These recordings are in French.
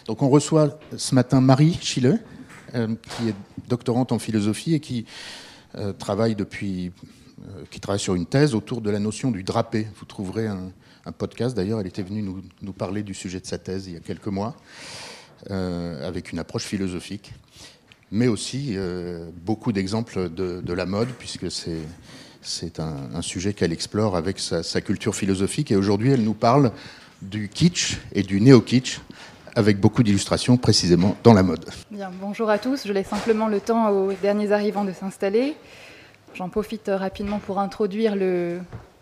Donc on reçoit ce matin Marie Schille, qui est doctorante en philosophie et qui travaille sur une thèse autour de la notion du drapé. Vous trouverez un podcast, d'ailleurs, elle était venue nous parler du sujet de sa thèse il y a quelques mois, avec une approche philosophique, mais aussi beaucoup d'exemples de la mode, puisque c'est un sujet qu'elle explore avec sa culture philosophique. Et aujourd'hui, elle nous parle du kitsch et du néo-kitsch, avec beaucoup d'illustrations précisément dans la mode. Bien, bonjour à tous, je laisse simplement le temps aux derniers arrivants de s'installer. J'en profite rapidement pour introduire le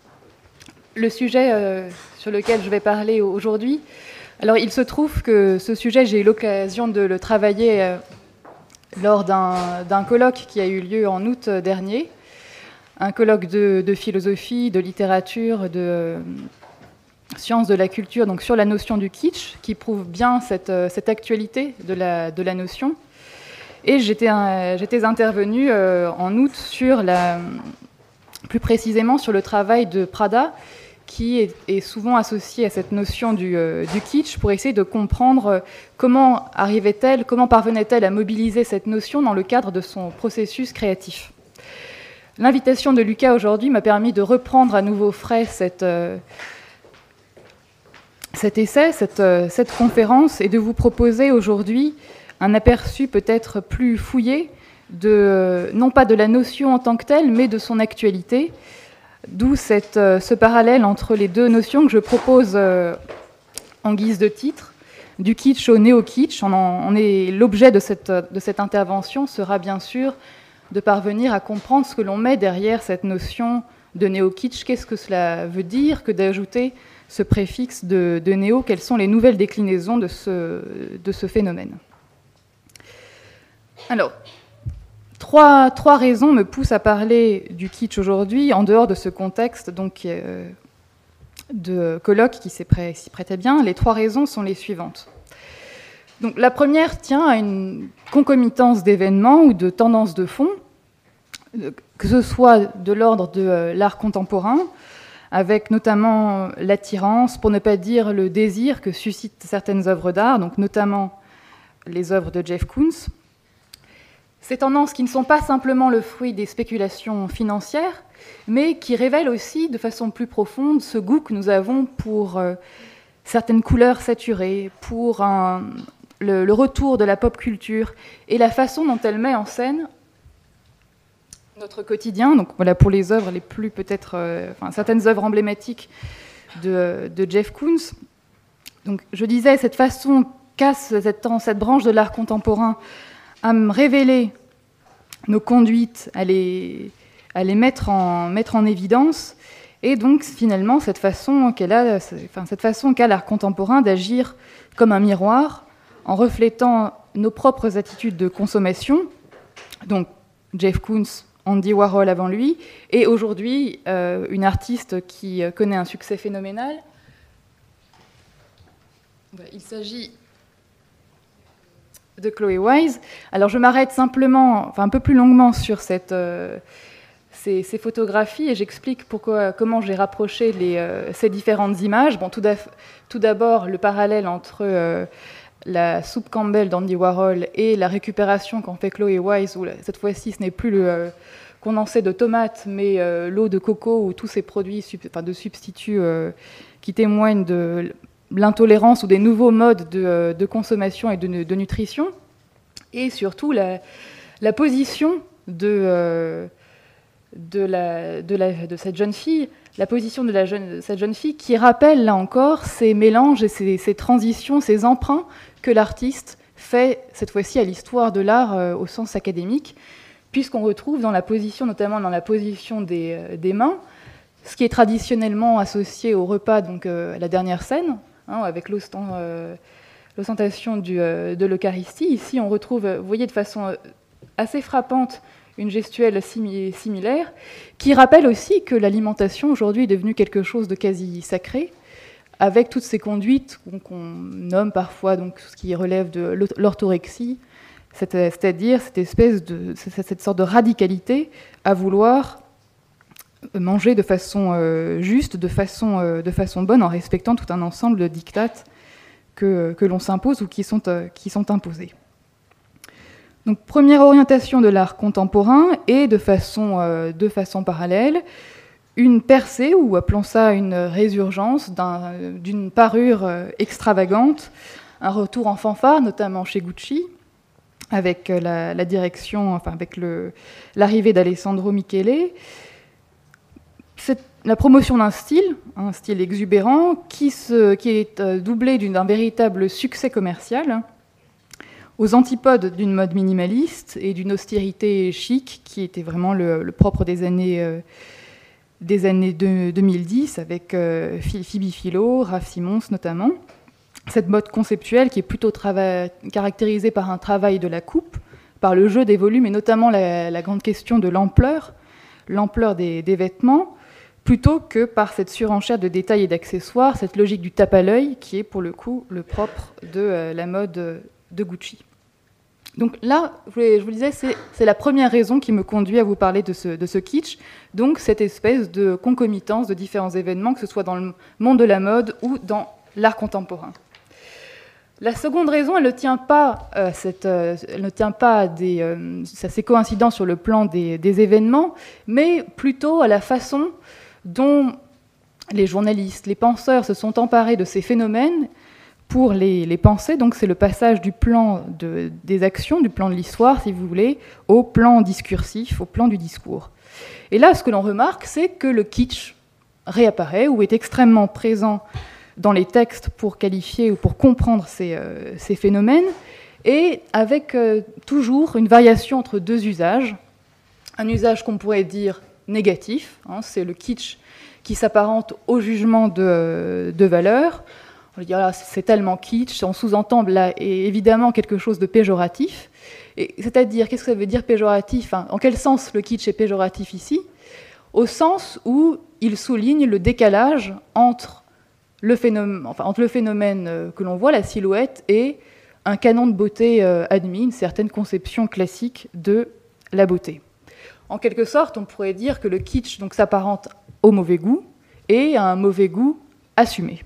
sujet sur lequel je vais parler aujourd'hui. Alors il se trouve que ce sujet, j'ai eu l'occasion de le travailler lors d'un colloque qui a eu lieu en août dernier, un colloque de philosophie, de littérature, de sciences de la culture, donc sur la notion du kitsch, qui prouve bien cette actualité de la notion. Et j'étais intervenue en août plus précisément sur le travail de Prada, qui est souvent associé à cette notion du kitsch, pour essayer de comprendre comment parvenait-elle à mobiliser cette notion dans le cadre de son processus créatif. L'invitation de Lucas aujourd'hui m'a permis de reprendre à nouveau frais cet essai, cette conférence, et de vous proposer aujourd'hui un aperçu peut-être plus fouillé, non pas de la notion en tant que telle, mais de son actualité, d'où ce parallèle entre les deux notions que je propose en guise de titre, du kitsch au néo-kitsch. L'objet de cette intervention sera bien sûr de parvenir à comprendre ce que l'on met derrière cette notion de néo-kitsch, qu'est-ce que cela veut dire, que d'ajouter ce préfixe de néo, quelles sont les nouvelles déclinaisons de ce phénomène. Alors, trois raisons me poussent à parler du kitsch aujourd'hui, en dehors de ce contexte donc, de colloque qui s'y prêtait bien. Les trois raisons sont les suivantes. Donc, la première tient à une concomitance d'événements ou de tendances de fond, que ce soit de l'ordre de l'art contemporain, avec notamment l'attirance, pour ne pas dire le désir que suscitent certaines œuvres d'art, donc notamment les œuvres de Jeff Koons. Ces tendances qui ne sont pas simplement le fruit des spéculations financières, mais qui révèlent aussi de façon plus profonde ce goût que nous avons pour certaines couleurs saturées, pour le retour de la pop culture et la façon dont elle met en scène notre quotidien. Donc voilà pour les œuvres les plus peut-être, certaines œuvres emblématiques de Jeff Koons. Donc je disais, cette façon casse cette branche de l'art contemporain à me révéler nos conduites, à les mettre en évidence, et donc finalement cette façon qu'a l'art contemporain d'agir comme un miroir en reflétant nos propres attitudes de consommation. Donc Jeff Koons, Andy Warhol avant lui, et aujourd'hui une artiste qui connaît un succès phénoménal. Il s'agit de Chloé Wise. Alors je m'arrête simplement, un peu plus longuement sur ces photographies, et j'explique comment j'ai rapproché ces différentes images. Bon, tout d'abord, le parallèle entre la soupe Campbell d'Andy Warhol et la récupération qu'en fait Chloé Wise, où cette fois-ci ce n'est plus le condensé de tomates, mais l'eau de coco ou tous ces produits de substituts qui témoignent de l'intolérance ou des nouveaux modes de consommation et de nutrition, et surtout la position de cette jeune fille, cette jeune fille qui rappelle là encore ces mélanges et ces transitions, ces emprunts que l'artiste fait cette fois-ci à l'histoire de l'art au sens académique, puisqu'on retrouve notamment dans la position des mains, ce qui est traditionnellement associé au repas, donc à la dernière scène, avec l'ostentation de l'Eucharistie. Ici, on retrouve, vous voyez, de façon assez frappante, une gestuelle similaire, qui rappelle aussi que l'alimentation aujourd'hui est devenue quelque chose de quasi sacré, avec toutes ces conduites qu'on nomme parfois donc ce qui relève de l'orthorexie, c'est-à-dire cette sorte de radicalité à vouloir manger de façon juste, de façon bonne, en respectant tout un ensemble de dictats que l'on s'impose ou qui sont imposés. Donc, première orientation de l'art contemporain et de façon parallèle, une percée, ou appelons ça une résurgence d'une parure extravagante, un retour en fanfare, notamment chez Gucci, avec la direction, enfin avec l'arrivée d'Alessandro Michele. C'est la promotion d'un style, un style exubérant, qui est doublé d'un véritable succès commercial, aux antipodes d'une mode minimaliste et d'une austérité chic qui était vraiment le propre des années 2010 avec Phoebe Philo, Raf Simons notamment. Cette mode conceptuelle qui est plutôt caractérisée par un travail de la coupe, par le jeu des volumes et notamment la grande question de l'ampleur des vêtements, plutôt que par cette surenchère de détails et d'accessoires, cette logique du tape à l'œil qui est pour le coup le propre de la mode de Gucci. Donc là, je vous disais, c'est la première raison qui me conduit à vous parler de ce kitsch, donc cette espèce de concomitance de différents événements, que ce soit dans le monde de la mode ou dans l'art contemporain. La seconde raison, elle ne tient pas à ces coïncidences sur le plan des événements, mais plutôt à la façon dont les journalistes, les penseurs se sont emparés de ces phénomènes pour les penser. Donc c'est le passage du plan des actions, du plan de l'histoire, si vous voulez, au plan discursif, au plan du discours. Et là, ce que l'on remarque, c'est que le kitsch réapparaît ou est extrêmement présent dans les textes pour qualifier ou pour comprendre ces phénomènes, et avec toujours une variation entre deux usages. Un usage qu'on pourrait dire négatif, c'est le kitsch qui s'apparente au jugement de valeur. On va dire là, c'est tellement kitsch, on sous-entend là évidemment quelque chose de péjoratif. C'est-à-dire, qu'est-ce que ça veut dire péjoratif, En quel sens le kitsch est péjoratif ici? Au sens où il souligne le décalage entre le phénomène que l'on voit, la silhouette, et un canon de beauté admis, une certaine conception classique de la beauté. En quelque sorte, on pourrait dire que le kitsch donc, s'apparente au mauvais goût et à un mauvais goût assumé.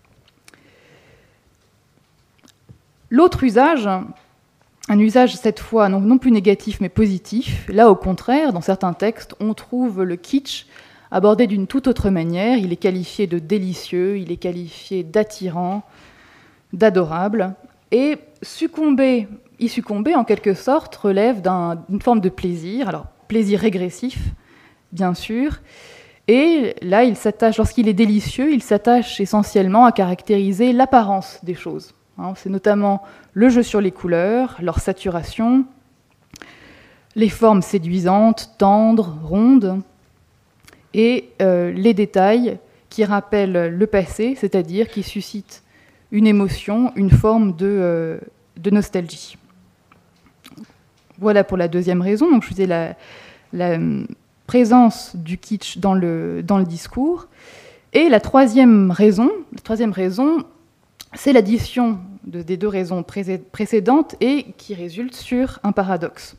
L'autre usage, un usage cette fois non plus négatif mais positif, là au contraire, dans certains textes, on trouve le kitsch abordé d'une toute autre manière. Il est qualifié de délicieux, il est qualifié d'attirant, d'adorable. Et y succomber, en quelque sorte, relève d'une forme de plaisir, alors plaisir régressif, bien sûr. Et là, lorsqu'il est délicieux, il s'attache essentiellement à caractériser l'apparence des choses. C'est notamment le jeu sur les couleurs, leur saturation, les formes séduisantes, tendres, rondes, et les détails qui rappellent le passé, c'est-à-dire qui suscitent une émotion, une forme de nostalgie. Voilà pour la deuxième raison. Donc, je disais la présence du kitsch dans le discours. Et la troisième raison, c'est l'addition des deux raisons précédentes et qui résulte sur un paradoxe.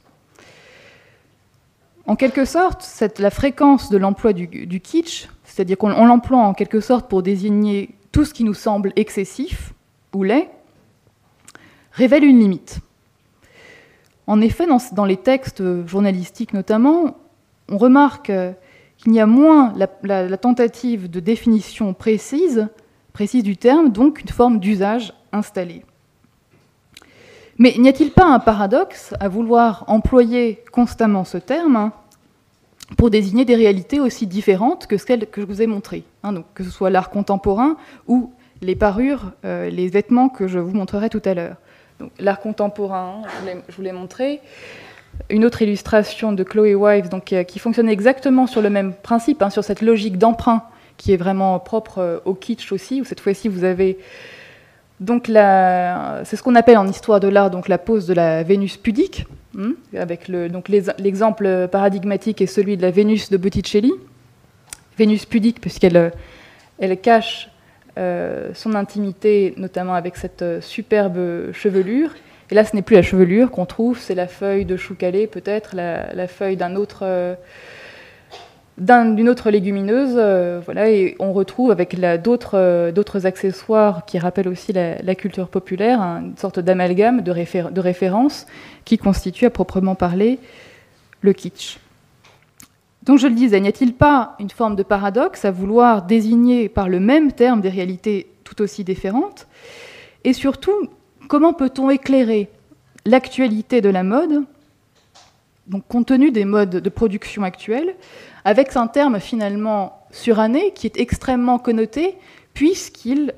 En quelque sorte, la fréquence de l'emploi du kitsch, c'est-à-dire qu'on l'emploie en quelque sorte pour désigner tout ce qui nous semble excessif ou laid, révèle une limite. En effet, dans les textes journalistiques notamment, on remarque qu'il y a moins la tentative de définition précise du terme, donc une forme d'usage installé. Mais n'y a-t-il pas un paradoxe à vouloir employer constamment ce terme pour désigner des réalités aussi différentes que celles que je vous ai montrées, donc que ce soit l'art contemporain ou les parures, les vêtements que je vous montrerai tout à l'heure. Donc, l'art contemporain, je vous l'ai montré. Une autre illustration de Chloé Wives, donc, qui fonctionne exactement sur le même principe, sur cette logique d'emprunt qui est vraiment propre au kitsch aussi, où cette fois-ci vous avez donc c'est ce qu'on appelle en histoire de l'art donc la pose de la Vénus pudique, avec l'exemple paradigmatique est celui de la Vénus de Botticelli. Vénus pudique puisqu'elle cache son intimité, notamment avec cette superbe chevelure. Et là, ce n'est plus la chevelure qu'on trouve, c'est la feuille de chou calé, peut-être la feuille d'un autre d'une autre légumineuse, voilà, et on retrouve avec d'autres accessoires qui rappellent aussi la culture populaire, une sorte d'amalgame, de référence, qui constitue à proprement parler le kitsch. Donc je le disais, n'y a-t-il pas une forme de paradoxe à vouloir désigner par le même terme des réalités tout aussi différentes? Et surtout, comment peut-on éclairer l'actualité de la mode, donc compte tenu des modes de production actuels, avec un terme finalement suranné qui est extrêmement connoté, puisqu'il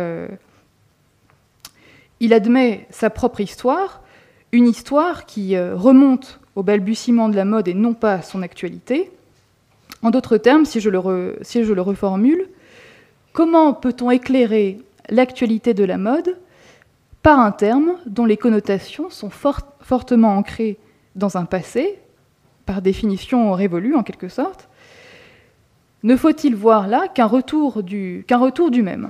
admet sa propre histoire, une histoire qui remonte au balbutiement de la mode et non pas à son actualité. En d'autres termes, si je le reformule, comment peut-on éclairer l'actualité de la mode par un terme dont les connotations sont fortement ancrées dans un passé, par définition révolue en quelque sorte? Ne faut-il voir là qu'un retour du même?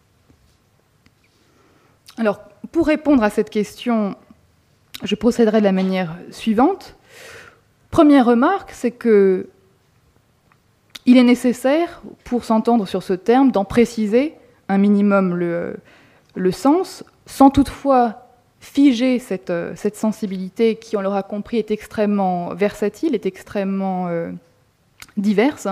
Alors, pour répondre à cette question, je procéderai de la manière suivante. Première remarque, c'est que il est nécessaire, pour s'entendre sur ce terme, d'en préciser un minimum le sens, sans toutefois figer cette sensibilité qui, on l'aura compris, est extrêmement versatile, est extrêmement diverse.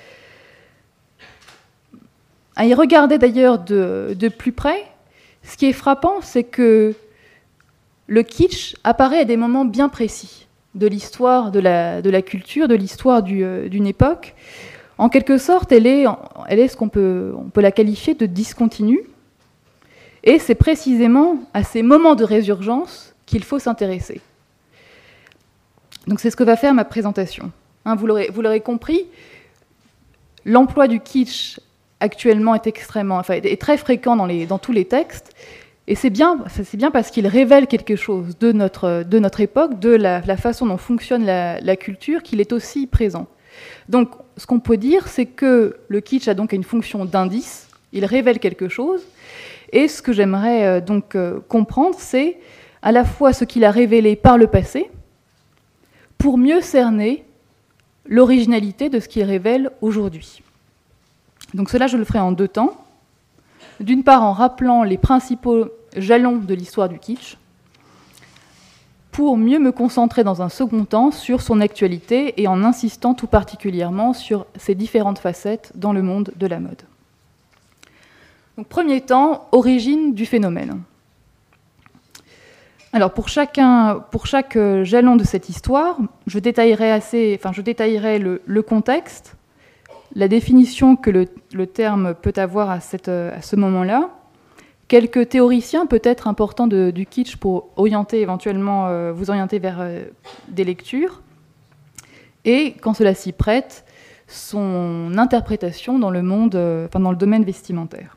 À y regarder d'ailleurs de plus près, ce qui est frappant, c'est que le kitsch apparaît à des moments bien précis de l'histoire de la culture, de l'histoire d'une époque. En quelque sorte, elle est ce on peut la qualifier de discontinue. Et c'est précisément à ces moments de résurgence qu'il faut s'intéresser. Donc c'est ce que va faire ma présentation. Vous l'aurez compris, l'emploi du kitsch actuellement est très fréquent dans tous les textes, et c'est bien parce qu'il révèle quelque chose de notre époque, de la façon dont fonctionne la culture, qu'il est aussi présent. Donc ce qu'on peut dire, c'est que le kitsch a donc une fonction d'indice, il révèle quelque chose. Et ce que j'aimerais donc comprendre, c'est à la fois ce qu'il a révélé par le passé, pour mieux cerner l'originalité de ce qu'il révèle aujourd'hui. Donc cela, je le ferai en deux temps. D'une part, en rappelant les principaux jalons de l'histoire du kitsch, pour mieux me concentrer dans un second temps sur son actualité et en insistant tout particulièrement sur ses différentes facettes dans le monde de la mode. Donc, premier temps, origine du phénomène. Alors, pour chaque jalon de cette histoire, je détaillerai le contexte, la définition que le terme peut avoir à ce moment-là, quelques théoriciens peut-être importants du kitsch pour éventuellement vous orienter vers des lectures, et, quand cela s'y prête, son interprétation dans le domaine vestimentaire.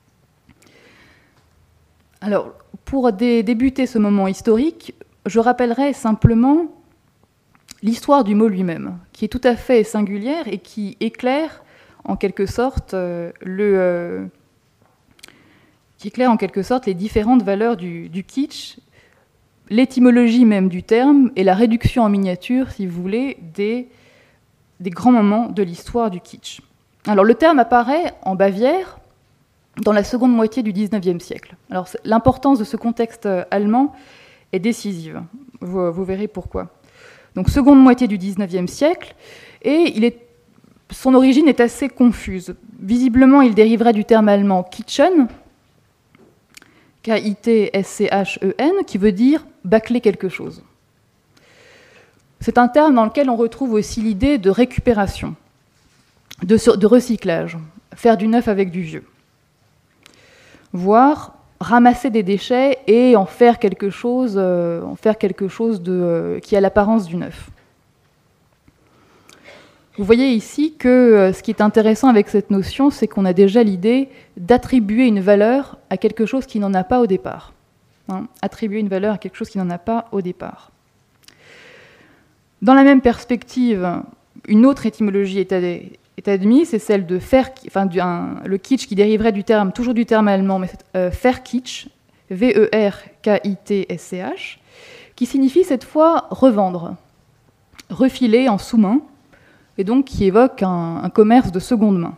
Alors, pour débuter ce moment historique, je rappellerai simplement l'histoire du mot lui-même, qui est tout à fait singulière et qui éclaire en quelque sorte les différentes valeurs du kitsch, l'étymologie même du terme et la réduction en miniature, si vous voulez, des grands moments de l'histoire du kitsch. Alors, le terme apparaît en Bavière dans la seconde moitié du XIXe siècle. Alors, l'importance de ce contexte allemand est décisive. Vous verrez pourquoi. Donc, seconde moitié du XIXe siècle, et son origine est assez confuse. Visiblement, il dériverait du terme allemand kitschen, K-I-T-S-C-H-E-N, qui veut dire bâcler quelque chose. C'est un terme dans lequel on retrouve aussi l'idée de récupération, de recyclage, faire du neuf avec du vieux. Voire ramasser des déchets et en faire quelque chose qui a l'apparence du neuf. Vous voyez ici que ce qui est intéressant avec cette notion, c'est qu'on a déjà l'idée d'attribuer une valeur à quelque chose qui n'en a pas au départ. Attribuer une valeur à quelque chose qui n'en a pas au départ. Dans la même perspective, une autre étymologie est admise, c'est celle de le kitsch qui dériverait toujours du terme allemand, mais Verkitsch, V-E-R-K-I-T-S-C-H, qui signifie cette fois revendre, refiler en sous-main, et donc qui évoque un commerce de seconde main.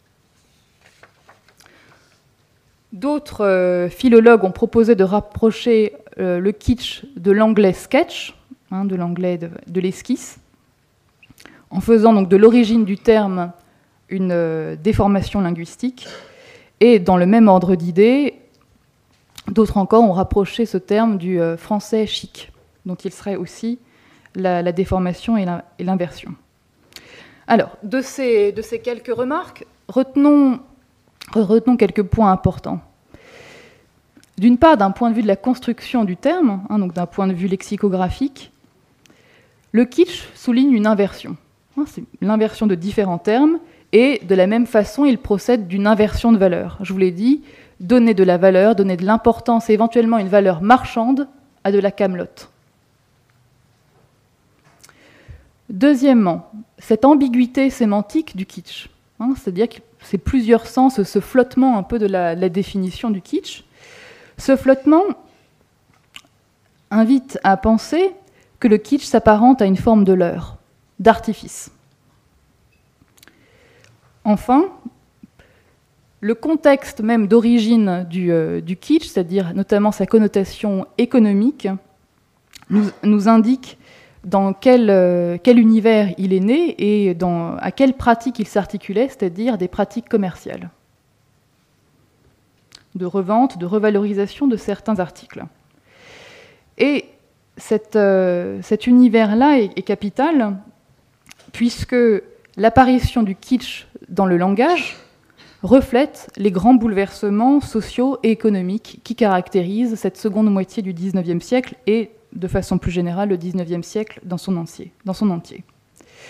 D'autres philologues ont proposé de rapprocher le kitsch de l'anglais sketch, de l'anglais de l'esquisse, en faisant donc de l'origine du terme une déformation linguistique. Et dans le même ordre d'idées, d'autres encore ont rapproché ce terme du français chic, dont il serait aussi la déformation et l'inversion. Alors, de ces quelques remarques, retenons quelques points importants. D'une part, d'un point de vue de la construction du terme, donc d'un point de vue lexicographique, le kitsch souligne une inversion. C'est l'inversion de différents termes, et de la même façon, il procède d'une inversion de valeur. Je vous l'ai dit, donner de la valeur, donner de l'importance et éventuellement une valeur marchande à de la camelote. Deuxièmement, cette ambiguïté sémantique du kitsch, c'est-à-dire que c'est plusieurs sens, ce flottement un peu de la définition du kitsch. Ce flottement invite à penser que le kitsch s'apparente à une forme de leurre, d'artifice. Enfin, le contexte même d'origine du kitsch, c'est-à-dire notamment sa connotation économique, nous indique dans quel univers il est né et à quelles pratiques il s'articulait, c'est-à-dire des pratiques commerciales, de revente, de revalorisation de certains articles. Et cet univers-là est capital, puisque l'apparition du kitsch dans le langage reflète les grands bouleversements sociaux et économiques qui caractérisent cette seconde moitié du XIXe siècle et, de façon plus générale, le XIXe siècle dans son entier. Pourquoi ?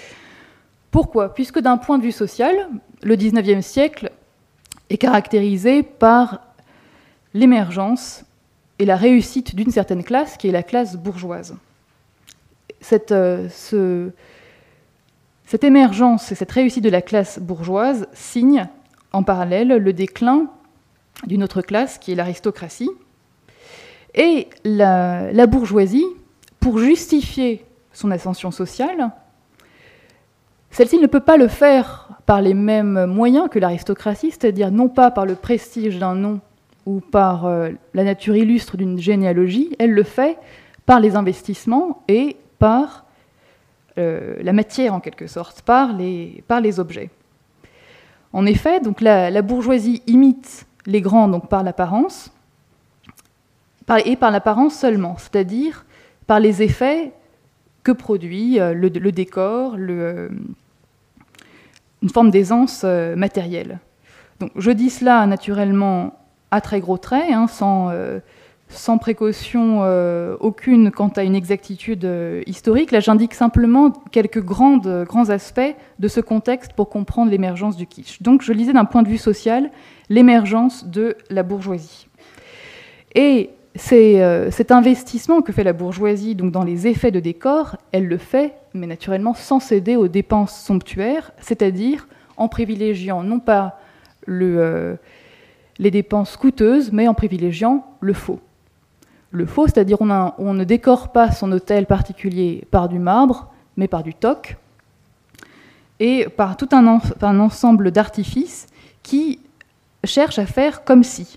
Puisque d'un point de vue social, le XIXe siècle est caractérisé par l'émergence et la réussite d'une certaine classe, qui est la classe bourgeoise. Cette émergence et cette réussite de la classe bourgeoise signe en parallèle le déclin d'une autre classe, qui est l'aristocratie. Et la bourgeoisie, pour justifier son ascension sociale, celle-ci ne peut pas le faire par les mêmes moyens que l'aristocratie, c'est-à-dire non pas par le prestige d'un nom ou par la nature illustre d'une généalogie, elle le fait par les investissements et par la matière, en quelque sorte, par les objets. En effet, donc, la bourgeoisie imite les grands donc, par l'apparence, et par l'apparence seulement, c'est-à-dire par les effets que produit le décor, une forme d'aisance matérielle. Donc, je dis cela naturellement à très gros traits, sans précaution aucune quant à une exactitude historique. Là, j'indique simplement quelques grands aspects de ce contexte pour comprendre l'émergence du kitsch. Donc, je lisais d'un point de vue social l'émergence de la bourgeoisie. Et cet investissement que fait la bourgeoisie donc dans les effets de décor, elle le fait, mais naturellement sans céder aux dépenses somptuaires, c'est-à-dire en privilégiant non pas les dépenses coûteuses, mais en privilégiant le faux. Le faux, c'est-à-dire on ne décore pas son hôtel particulier par du marbre, mais par du toc, et par tout un ensemble d'artifices qui cherchent à faire comme si.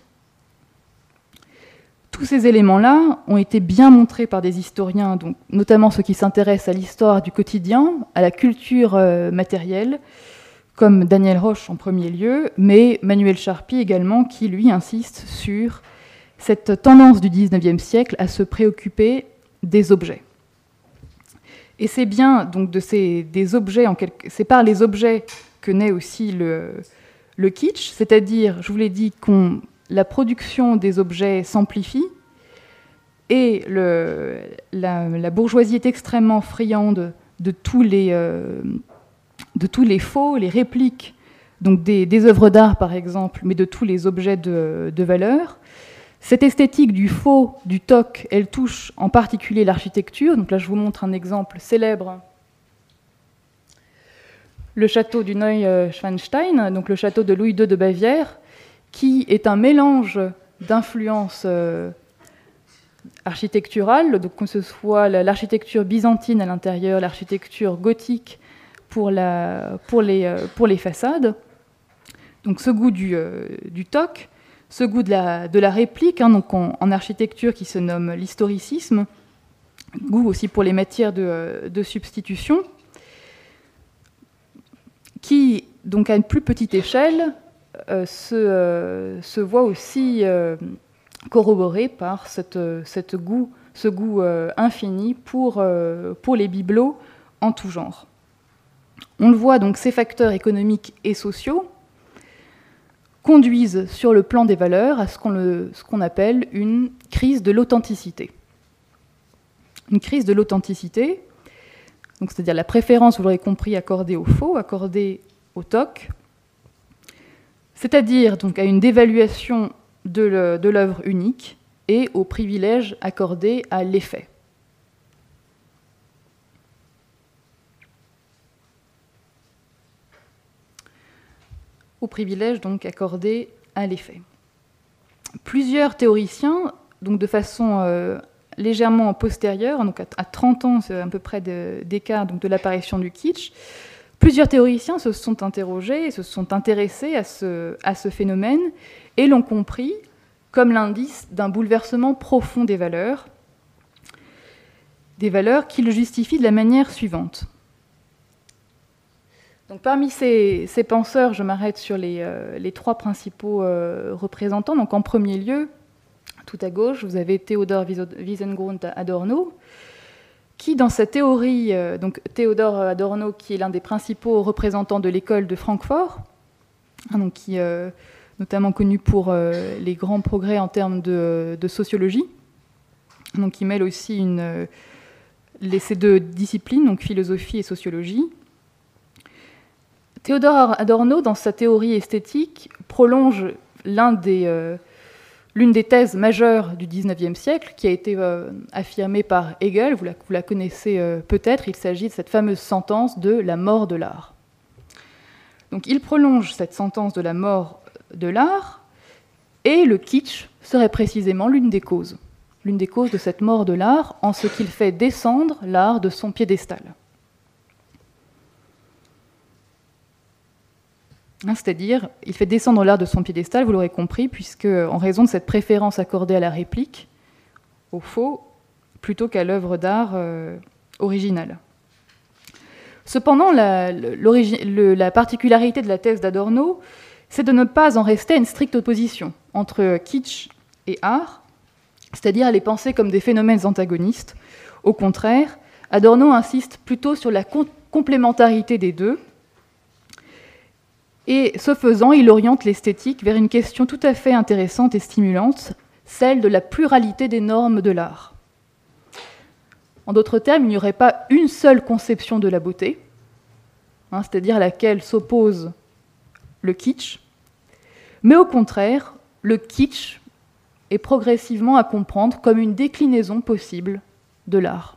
Tous ces éléments-là ont été bien montrés par des historiens, donc, notamment ceux qui s'intéressent à l'histoire du quotidien, à la culture matérielle, comme Daniel Roche en premier lieu, mais Manuel Charpy également, qui lui insiste sur cette tendance du XIXe siècle à se préoccuper des objets. Et c'est bien donc des objets, c'est par les objets que naît aussi le kitsch, c'est-à-dire, je vous l'ai dit, la production des objets s'amplifie et la bourgeoisie est extrêmement friande de tous les faux, les répliques, donc des œuvres d'art par exemple, mais de tous les objets de valeur. Cette esthétique du faux, du toc, elle touche en particulier l'architecture. Donc là, je vous montre un exemple célèbre. Le château du Neuschwanstein, donc le château de Louis II de Bavière, qui est un mélange d'influences architecturales, donc que ce soit l'architecture byzantine à l'intérieur, l'architecture gothique, pour les façades. Donc ce goût du toc, ce goût de la réplique, hein, donc en architecture qui se nomme l'historicisme, goût aussi pour les matières de substitution, qui, donc à une plus petite échelle, se voit aussi corroboré par ce goût infini pour les bibelots en tout genre. On le voit, donc ces facteurs économiques et sociaux conduisent sur le plan des valeurs à ce qu'on appelle une crise de l'authenticité. Une crise de l'authenticité, donc c'est-à-dire la préférence, vous l'aurez compris, accordée au faux, accordée au toc, c'est-à-dire donc à une dévaluation de l'œuvre unique et au privilège accordé à l'effet. Au privilège donc accordé à l'effet. Plusieurs théoriciens, donc de façon légèrement postérieure, donc à 30 ans à peu près d'écart de l'apparition du kitsch, plusieurs théoriciens se sont interrogés et se sont intéressés à ce phénomène et l'ont compris comme l'indice d'un bouleversement profond des valeurs qui le justifient de la manière suivante. Donc, parmi ces penseurs, je m'arrête sur les trois principaux représentants. Donc, en premier lieu, tout à gauche, vous avez Theodor Wiesengrund Adorno, qui, dans sa théorie, donc Theodor Adorno, qui est l'un des principaux représentants de l'école de Francfort, donc qui notamment connu pour les grands progrès en termes de sociologie, donc qui mêle aussi ces deux disciplines, donc philosophie et sociologie. Theodor Adorno, dans sa théorie esthétique, prolonge l'une des thèses majeures du XIXe siècle, qui a été affirmée par Hegel, vous la connaissez peut-être, il s'agit de cette fameuse sentence de la mort de l'art. Donc il prolonge cette sentence de la mort de l'art, et le kitsch serait précisément l'une des causes de cette mort de l'art, en ce qu'il fait descendre l'art de son piédestal. C'est-à-dire, il fait descendre l'art de son piédestal, vous l'aurez compris, puisque en raison de cette préférence accordée à la réplique, au faux, plutôt qu'à l'œuvre d'art originale. Cependant, la particularité de la thèse d'Adorno, c'est de ne pas en rester à une stricte opposition entre kitsch et art, c'est-à-dire à les penser comme des phénomènes antagonistes. Au contraire, Adorno insiste plutôt sur la complémentarité des deux, et ce faisant, il oriente l'esthétique vers une question tout à fait intéressante et stimulante, celle de la pluralité des normes de l'art. En d'autres termes, il n'y aurait pas une seule conception de la beauté, c'est-à-dire à laquelle s'oppose le kitsch, mais au contraire, le kitsch est progressivement à comprendre comme une déclinaison possible de l'art.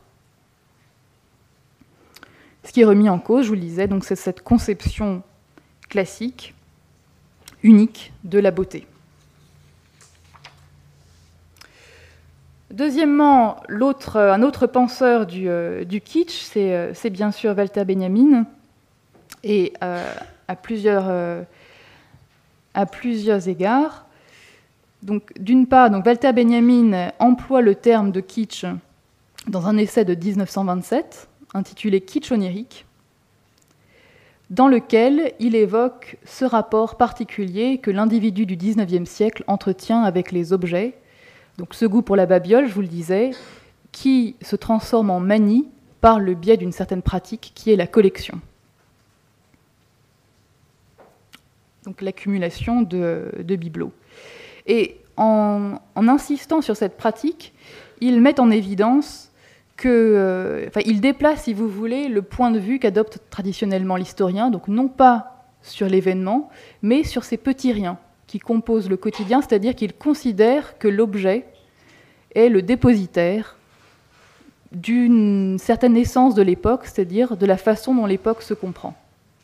Ce qui est remis en cause, je vous le disais, donc c'est cette conception classique, unique de la beauté. Deuxièmement, un autre penseur du kitsch, c'est bien sûr Walter Benjamin, et à plusieurs égards. Donc, d'une part, Walter Benjamin emploie le terme de kitsch dans un essai de 1927 intitulé Kitsch onirique, dans lequel il évoque ce rapport particulier que l'individu du XIXe siècle entretient avec les objets, donc ce goût pour la babiole, je vous le disais, qui se transforme en manie par le biais d'une certaine pratique qui est la collection. Donc l'accumulation de bibelots. Et en insistant sur cette pratique, il met en évidence il déplace, si vous voulez, le point de vue qu'adopte traditionnellement l'historien, donc non pas sur l'événement, mais sur ces petits riens qui composent le quotidien, c'est-à-dire qu'il considère que l'objet est le dépositaire d'une certaine essence de l'époque, c'est-à-dire de la façon dont l'époque se comprend.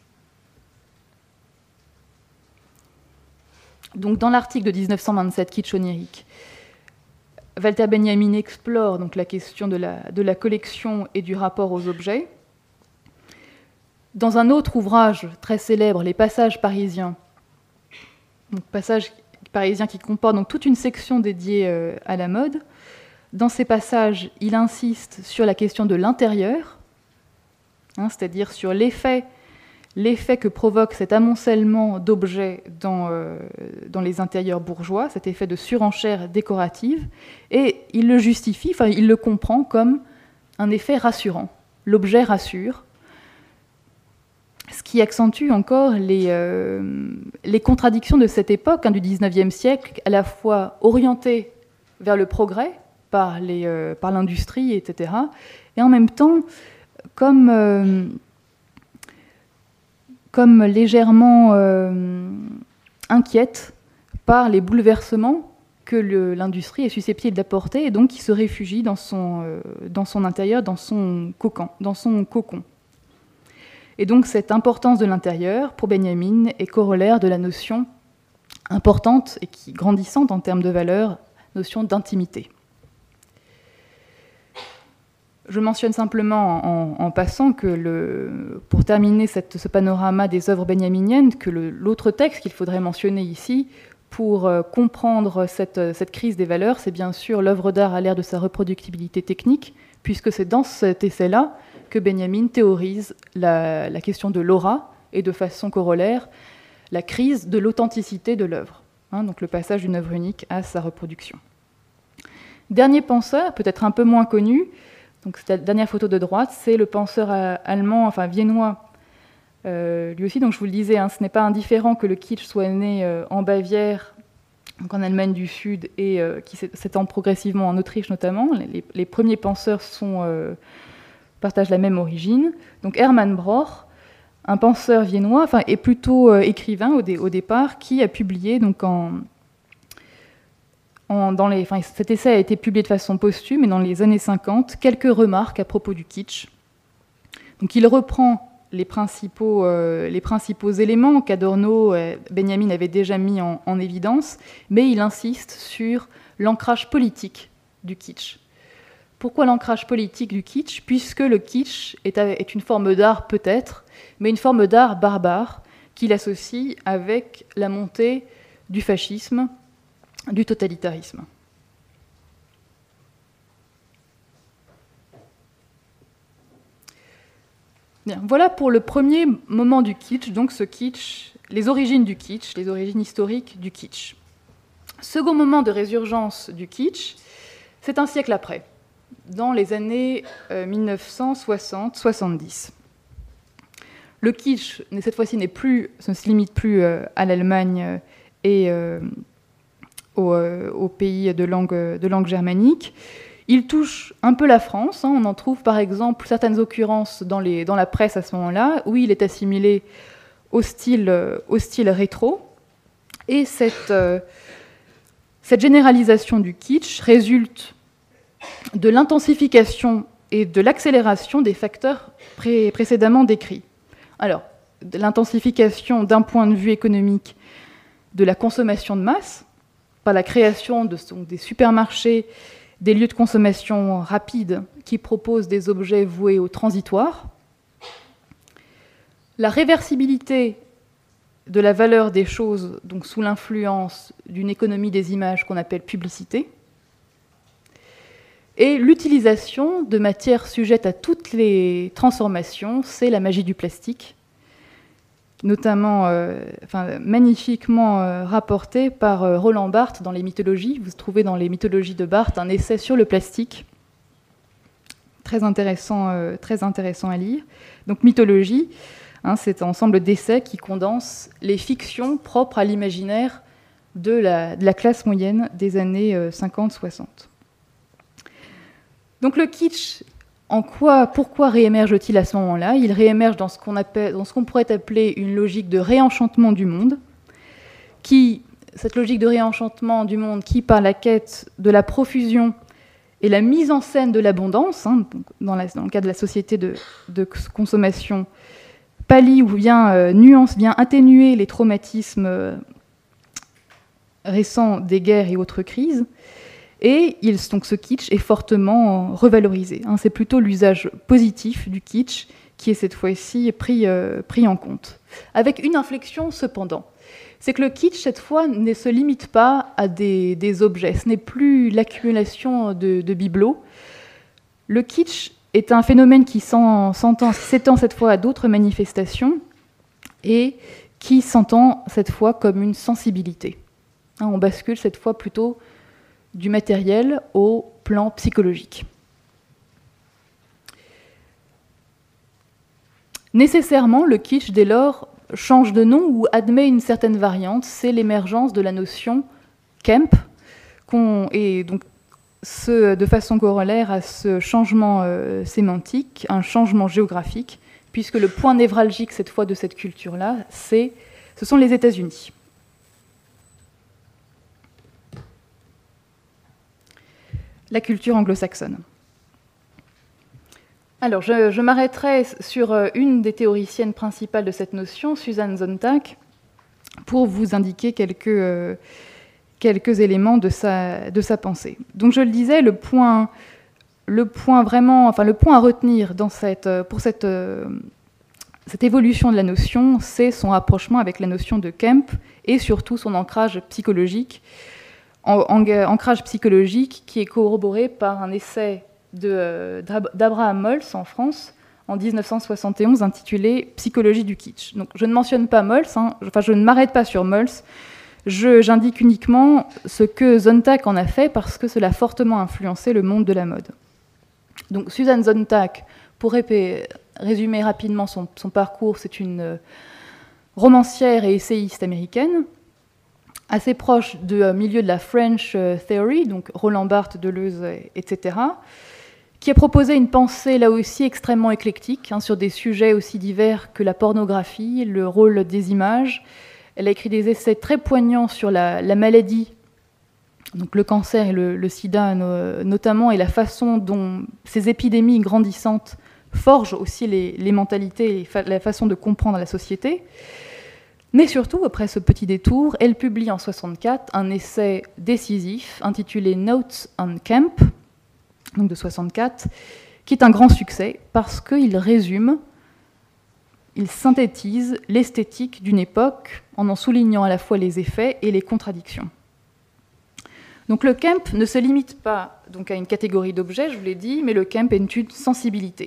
Donc, dans l'article de 1927, Kitsch onirique, Walter Benjamin explore donc la question de la collection et du rapport aux objets. Dans un autre ouvrage très célèbre, Les Passages parisiens, donc passages parisiens qui comportent donc toute une section dédiée à la mode, dans ces passages, il insiste sur la question de l'intérieur, c'est-à-dire sur l'effet que provoque cet amoncellement d'objets dans les intérieurs bourgeois, cet effet de surenchère décorative, et il le justifie, enfin il le comprend comme un effet rassurant. L'objet rassure, ce qui accentue encore les contradictions de cette époque, du XIXe siècle, à la fois orientée vers le progrès par l'industrie, etc., et en même temps comme légèrement inquiète par les bouleversements que l'industrie est susceptible d'apporter, et donc qui se réfugie dans son intérieur, dans son cocon. Et donc cette importance de l'intérieur, pour Benjamin, est corollaire de la notion importante et qui grandissante en termes de valeur, notion d'intimité. Je mentionne simplement en passant que pour terminer ce panorama des œuvres benjaminiennes, que l'autre texte qu'il faudrait mentionner ici pour comprendre cette crise des valeurs, c'est bien sûr l'œuvre d'art à l'ère de sa reproductibilité technique, puisque c'est dans cet essai-là que Benjamin théorise la question de l'aura et de façon corollaire la crise de l'authenticité de l'œuvre, donc le passage d'une œuvre unique à sa reproduction. Dernier penseur, peut-être un peu moins connu, donc c'est la dernière photo de droite, c'est le penseur allemand, enfin viennois, lui aussi, donc je vous le disais, ce n'est pas indifférent que le kitsch soit né en Bavière, donc en Allemagne du Sud, et qui s'étend progressivement en Autriche notamment. Les premiers penseurs partagent la même origine. Donc Hermann Broch, un penseur viennois, est plutôt écrivain au départ, qui a publié donc cet essai a été publié de façon posthume, et dans les années 50, quelques remarques à propos du kitsch. Donc il reprend les principaux éléments qu'Adorno et Benjamin avaient déjà mis en évidence, mais il insiste sur l'ancrage politique du kitsch. Pourquoi l'ancrage politique du kitsch ? Puisque le kitsch est une forme d'art peut-être, mais une forme d'art barbare qu'il associe avec la montée du fascisme, du totalitarisme. Bien, voilà pour le premier moment du kitsch, donc ce kitsch, les origines du kitsch, les origines historiques du kitsch. Second moment de résurgence du kitsch, c'est un siècle après, dans les années 1960-70. Le kitsch, cette fois-ci, ne se limite plus à l'Allemagne et aux pays de langue germanique. Il touche un peu la France. On en trouve par exemple certaines occurrences dans la presse à ce moment-là, où il est assimilé au style rétro. Et cette généralisation du kitsch résulte de l'intensification et de l'accélération des facteurs précédemment décrits. Alors, de l'intensification d'un point de vue économique de la consommation de masse, par la création des supermarchés, des lieux de consommation rapide qui proposent des objets voués au transitoire, la réversibilité de la valeur des choses, donc sous l'influence d'une économie des images qu'on appelle publicité, et l'utilisation de matières sujettes à toutes les transformations, c'est la magie du plastique, notamment magnifiquement rapporté par Roland Barthes dans les mythologies. Vous trouvez dans les mythologies de Barthes un essai sur le plastique, très intéressant à lire. Donc mythologie, c'est un ensemble d'essais qui condensent les fictions propres à l'imaginaire de la classe moyenne des années 50-60. Donc le kitsch, pourquoi réémerge-t-il à ce moment-là ? Il réémerge dans ce qu'on pourrait appeler une logique de réenchantement du monde, cette logique de réenchantement du monde qui, par la quête de la profusion et la mise en scène de l'abondance, dans le cadre de la société de consommation, pallie ou vient atténuer les traumatismes récents des guerres et autres crises. Et donc ce kitsch est fortement revalorisé. C'est plutôt l'usage positif du kitsch qui est cette fois-ci pris en compte. Avec une inflexion cependant. C'est que le kitsch, cette fois, ne se limite pas à des objets. Ce n'est plus l'accumulation de bibelots. Le kitsch est un phénomène qui s'étend cette fois à d'autres manifestations et qui s'entend cette fois comme une sensibilité. On bascule cette fois plutôt du matériel au plan psychologique. Nécessairement, le kitsch, dès lors, change de nom ou admet une certaine variante. C'est l'émergence de la notion camp, et donc de façon corollaire à ce changement sémantique, un changement géographique, puisque le point névralgique, cette fois, de cette culture-là, ce sont les États-Unis. La culture anglo-saxonne. Alors, je m'arrêterai sur une des théoriciennes principales de cette notion, Susan Sontag, pour vous indiquer quelques éléments de sa pensée. Donc, je le disais, le point à retenir pour cette évolution de la notion, c'est son rapprochement avec la notion de camp et surtout son ancrage psychologique, qui est corroboré par un essai d'Abraham Mols en France en 1971 intitulé « Psychologie du kitsch ». Donc, je ne mentionne pas Mols, je ne m'arrête pas sur Mols, j'indique uniquement ce que Sontag en a fait parce que cela a fortement influencé le monde de la mode. Donc, Susan Sontag, pour résumer rapidement son parcours, c'est une romancière et essayiste américaine, assez proche du milieu de la French Theory, donc Roland Barthes, Deleuze, etc., qui a proposé une pensée là aussi extrêmement éclectique, sur des sujets aussi divers que la pornographie, le rôle des images. Elle a écrit des essais très poignants sur la maladie, donc le cancer et le sida notamment, et la façon dont ces épidémies grandissantes forgent aussi les mentalités et la façon de comprendre la société. Mais surtout, après ce petit détour, elle publie en 1964 un essai décisif intitulé Notes on Camp, donc de 1964, qui est un grand succès parce qu'il résume, il synthétise l'esthétique d'une époque en soulignant à la fois les effets et les contradictions. Donc le camp ne se limite pas donc à une catégorie d'objets, je vous l'ai dit, mais le camp est une sensibilité.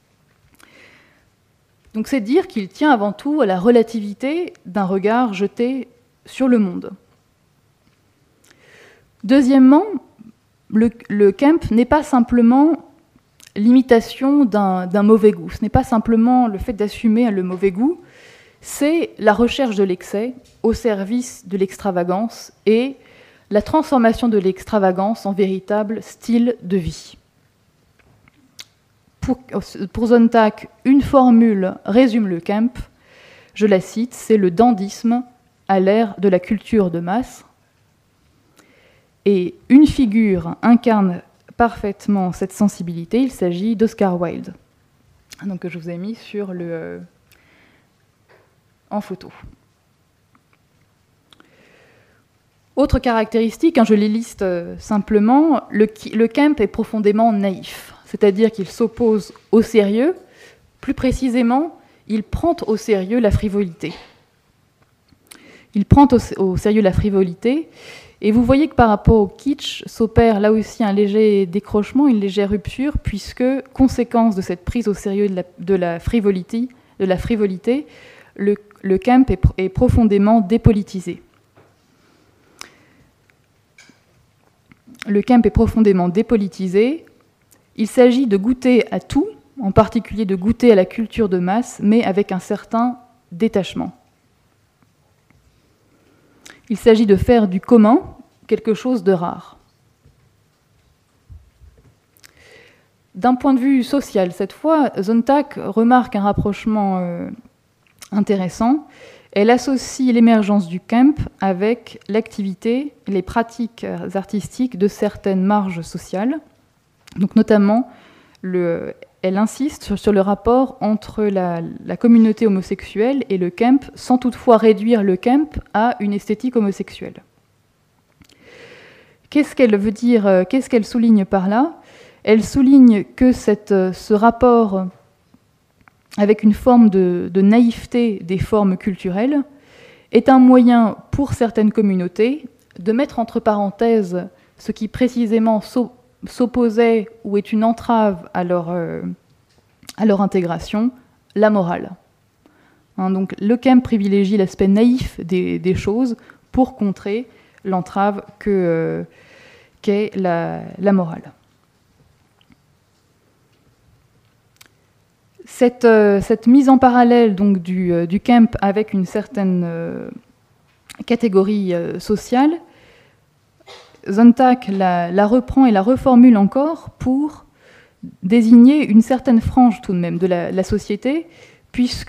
Donc c'est dire qu'il tient avant tout à la relativité d'un regard jeté sur le monde. Deuxièmement, le camp n'est pas simplement l'imitation d'un mauvais goût. Ce n'est pas simplement le fait d'assumer le mauvais goût, c'est la recherche de l'excès au service de l'extravagance et la transformation de l'extravagance en véritable style de vie. Pour Sontag, une formule résume le camp, je la cite, c'est le dandysme à l'ère de la culture de masse. Et une figure incarne parfaitement cette sensibilité, il s'agit d'Oscar Wilde, donc que je vous ai mis en photo. Autre caractéristique, je les liste simplement, le camp est profondément naïf, c'est-à-dire qu'il s'oppose au sérieux, plus précisément, il prend au sérieux la frivolité. Il prend au sérieux la frivolité, et vous voyez que par rapport au kitsch s'opère là aussi un léger décrochement, une légère rupture, puisque, conséquence de cette prise au sérieux de la frivolité, le camp est profondément dépolitisé. Le camp est profondément dépolitisé. Il s'agit de goûter à tout, en particulier de goûter à la culture de masse, mais avec un certain détachement. Il s'agit de faire du commun quelque chose de rare. D'un point de vue social, cette fois, Sontag remarque un rapprochement intéressant. Elle associe l'émergence du camp avec l'activité, les pratiques artistiques de certaines marges sociales. Donc notamment, elle insiste sur le rapport entre la communauté homosexuelle et le camp, sans toutefois réduire le camp à une esthétique homosexuelle. Qu'est-ce qu'elle veut dire, qu'est-ce qu'elle souligne par là ? Elle souligne que ce rapport avec une forme de naïveté des formes culturelles, est un moyen pour certaines communautés de mettre entre parenthèses ce qui précisément s'opposait ou est une entrave à leur intégration, la morale. Donc le Kemp privilégie l'aspect naïf des choses pour contrer l'entrave qu'est la morale. Cette mise en parallèle donc, du Kemp avec une certaine catégorie sociale, Sontag la reprend et la reformule encore pour désigner une certaine frange tout de même de la société, puisque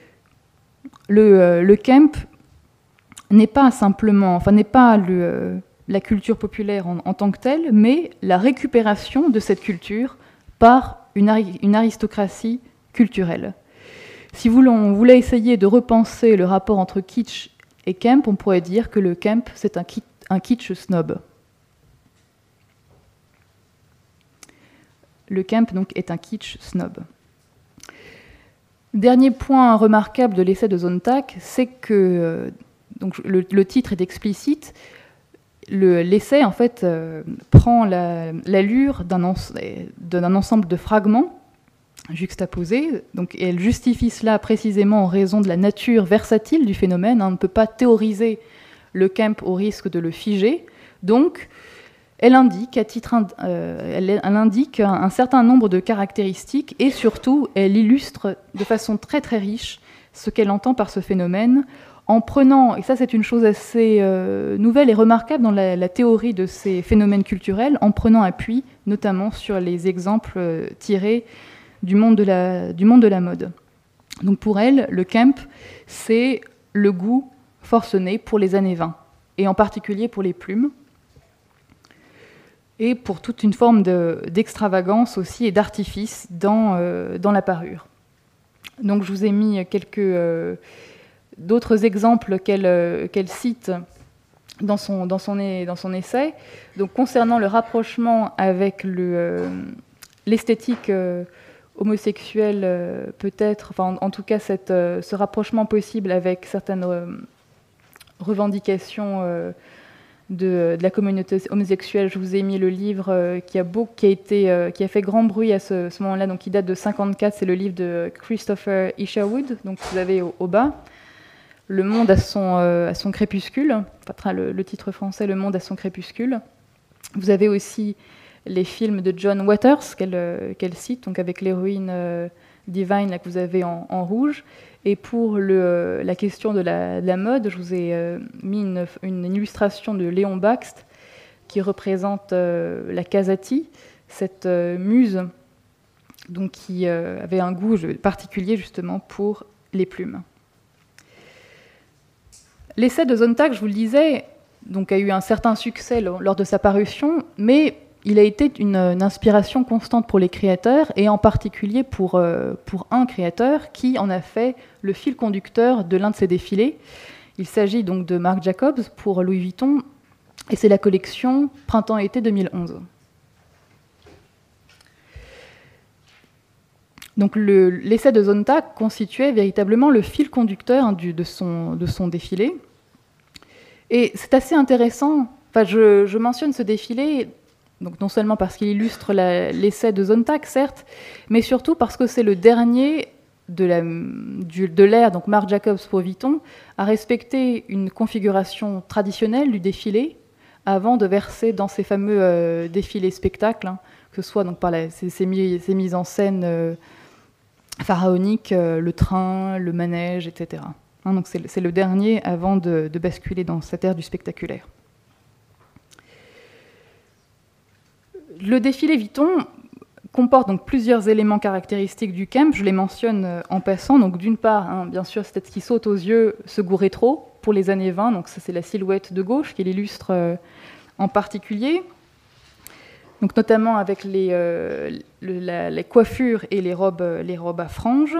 le Kemp n'est pas simplement, enfin n'est pas la culture populaire en tant que telle, mais la récupération de cette culture par une aristocratie culturelle. Si on voulait essayer de repenser le rapport entre kitsch et Kemp, on pourrait dire que le Kemp, c'est un kitsch snob. Le Kemp, donc, est un kitsch snob. Dernier point remarquable de l'essai de Sontag, c'est que donc, le titre est explicite. L'essai, en fait, prend l'allure d'un ensemble de fragments juxtaposés. Donc, et elle justifie cela précisément en raison de la nature versatile du phénomène. On ne peut pas théoriser le Kemp au risque de le figer. Donc, elle indique, elle indique un certain nombre de caractéristiques et surtout, elle illustre de façon très très riche ce qu'elle entend par ce phénomène en prenant, et ça c'est une chose assez nouvelle et remarquable dans la théorie de ces phénomènes culturels, en prenant appui notamment sur les exemples tirés du monde de la mode. Donc pour elle, le Kemp, c'est le goût forcené pour les années 20, et en particulier pour les plumes, et pour toute une forme d'extravagance aussi et d'artifice dans la parure. Donc je vous ai mis d'autres exemples qu'elle cite dans son essai. Donc concernant le rapprochement avec l'esthétique homosexuelle, peut-être, enfin en tout cas ce rapprochement possible avec certaines revendications de la communauté homosexuelle, je vous ai mis le livre qui a fait grand bruit à ce moment-là, donc qui date de 1954, c'est le livre de Christopher Isherwood, donc vous avez au bas, Le monde à son crépuscule, enfin, le titre français, Le monde à son crépuscule. Vous avez aussi les films de John Waters qu'elle cite, donc avec l'héroïne Divine là, que vous avez en rouge. Et pour la question de la mode, je vous ai mis une illustration de Léon Bakst qui représente la Casati, cette muse donc, qui avait un goût particulier justement pour les plumes. L'essai de Sontag, je vous le disais, donc, a eu un certain succès lors de sa parution, mais il a été une inspiration constante pour les créateurs, et en particulier pour un créateur qui en a fait le fil conducteur de l'un de ses défilés. Il s'agit donc de Marc Jacobs pour Louis Vuitton, et c'est la collection Printemps-été 2011. Donc l'essai de Sontag constituait véritablement le fil conducteur de son défilé. Et c'est assez intéressant, enfin, je mentionne ce défilé, donc non seulement parce qu'il illustre l'essai de Sontag, certes, mais surtout parce que c'est le dernier de l'ère, donc Marc Jacobs pour Vuitton, à respecter une configuration traditionnelle du défilé avant de verser dans ces fameux défilés spectacles, hein, que ce soit donc par ces mises en scène pharaoniques, le train, le manège, etc. Hein, donc c'est le dernier avant de basculer dans cette ère du spectaculaire. Le défilé Vuitton comporte donc plusieurs éléments caractéristiques du Kemp, je les mentionne en passant. Donc d'une part, hein, bien sûr, c'est ce qui saute aux yeux, ce goût rétro pour les années 20, donc ça c'est la silhouette de gauche qui l'illustre en particulier. Donc notamment avec les coiffures et les robes à franges.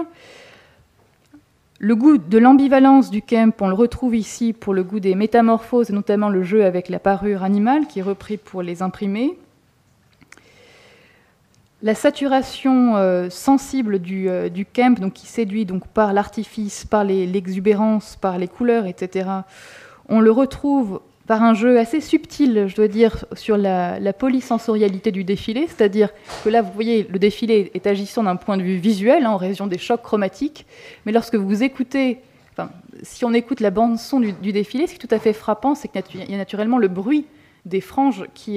Le goût de l'ambivalence du Kemp, on le retrouve ici pour le goût des métamorphoses, et notamment le jeu avec la parure animale qui est repris pour les imprimés. La saturation sensible du camp, donc qui séduit donc, par l'artifice, par l'exubérance, par les couleurs, etc., on le retrouve par un jeu assez subtil, je dois dire, sur la polysensorialité du défilé, c'est-à-dire que là, vous voyez, le défilé est agissant d'un point de vue visuel, en raison des chocs chromatiques, mais lorsque vous écoutez, si on écoute la bande-son du défilé, ce qui est tout à fait frappant, c'est qu'il y a naturellement le bruit des franges qui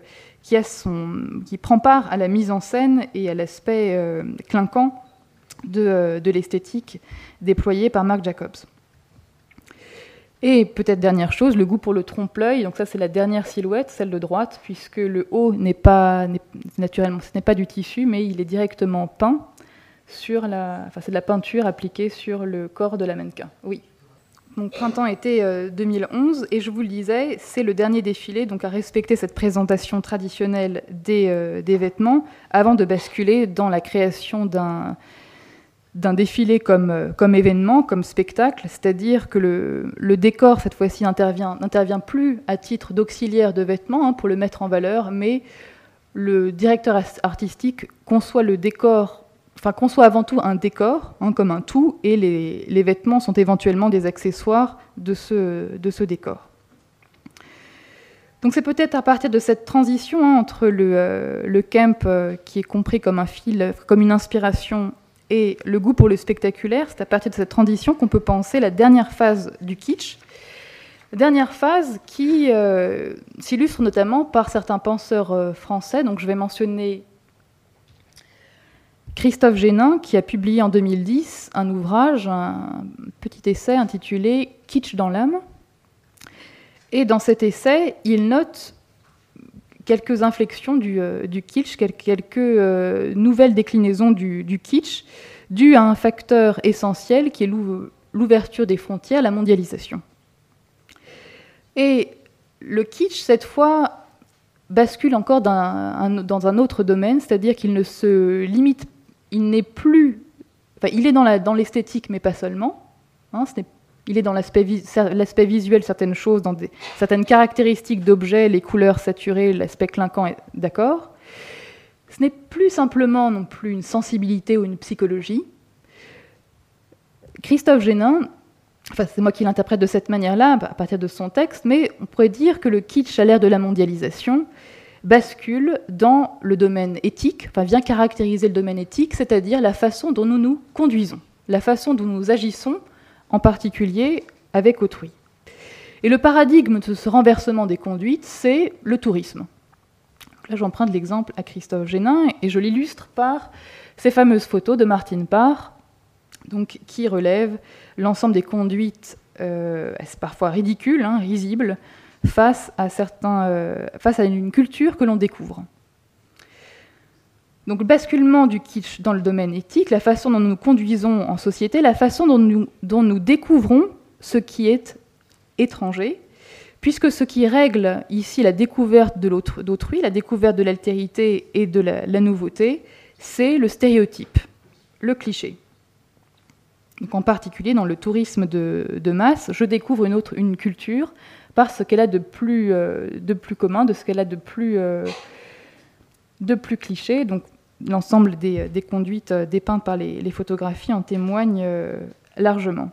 prend part à la mise en scène et à l'aspect clinquant de l'esthétique déployée par Marc Jacobs. Et peut-être dernière chose, le goût pour le trompe-l'œil. Donc ça, c'est la dernière silhouette, celle de droite, puisque le haut naturellement, ce n'est pas du tissu, mais il est directement peint sur c'est de la peinture appliquée sur le corps de la mannequin. Oui. Donc printemps-été 2011, et je vous le disais, c'est le dernier défilé, donc à respecter cette présentation traditionnelle des vêtements, avant de basculer dans la création d'un défilé comme événement, comme spectacle, c'est-à-dire que le décor, cette fois-ci, n'intervient plus à titre d'auxiliaire de vêtements, pour le mettre en valeur, mais le directeur artistique conçoit le décor, conçoit avant tout un décor, comme un tout, et les vêtements sont éventuellement des accessoires de ce décor. Donc c'est peut-être à partir de cette transition entre le camp qui est compris comme un fil, comme une inspiration, et le goût pour le spectaculaire, c'est à partir de cette transition qu'on peut penser la dernière phase du kitsch. La dernière phase qui s'illustre notamment par certains penseurs français. Donc je vais mentionner Christophe Génin, qui a publié en 2010 un ouvrage, un petit essai intitulé « Kitsch dans l'âme ». Et dans cet essai, il note quelques inflexions du kitsch, quelques nouvelles déclinaisons du kitsch, dues à un facteur essentiel qui est l'ouverture des frontières, la mondialisation. Et le kitsch, cette fois, bascule encore dans un autre domaine, c'est-à-dire qu'il ne se limite, il n'est plus... il est dans l'esthétique, mais pas seulement. Il est dans l'aspect visuel, certaines choses, dans certaines caractéristiques d'objets, les couleurs saturées, l'aspect clinquant, d'accord. Ce n'est plus simplement non plus une sensibilité ou une psychologie. Christophe Génin, c'est moi qui l'interprète de cette manière-là, à partir de son texte, mais on pourrait dire que le kitsch à l'ère de la mondialisation bascule dans le domaine éthique, vient caractériser le domaine éthique, c'est-à-dire la façon dont nous nous conduisons, la façon dont nous agissons, en particulier avec autrui. Et le paradigme de ce renversement des conduites, c'est le tourisme. Donc là, j'emprunte l'exemple à Christophe Génin et je l'illustre par ces fameuses photos de Martine Parr, donc, qui relèvent l'ensemble des conduites, parfois ridicules, risibles, face à une culture que l'on découvre. Donc le basculement du kitsch dans le domaine éthique, la façon dont nous nous conduisons en société, la façon dont nous découvrons ce qui est étranger, puisque ce qui règle ici la découverte d'autrui, la découverte de l'altérité et de la nouveauté, c'est le stéréotype, le cliché. Donc en particulier dans le tourisme de masse, je découvre une culture par ce qu'elle a de plus commun, de ce qu'elle a de plus cliché. Donc l'ensemble des conduites dépeintes par les photographies en témoignent largement.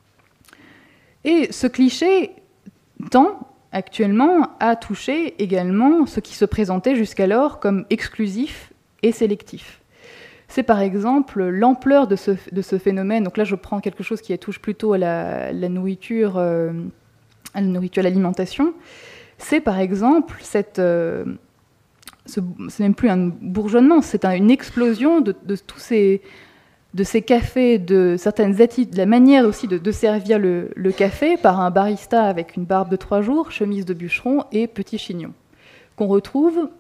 Et ce cliché tend actuellement à toucher également ce qui se présentait jusqu'alors comme exclusif et sélectif. C'est par exemple l'ampleur de ce phénomène. Donc là, je prends quelque chose qui touche plutôt à la nourriture, à l'alimentation. C'est par exemple ce n'est même plus un bourgeonnement, c'est une explosion de tous ces cafés, de certaines attitudes, de la manière aussi de servir le café par un barista avec une barbe de 3 jours, chemise de bûcheron et petit chignon, qu'on retrouve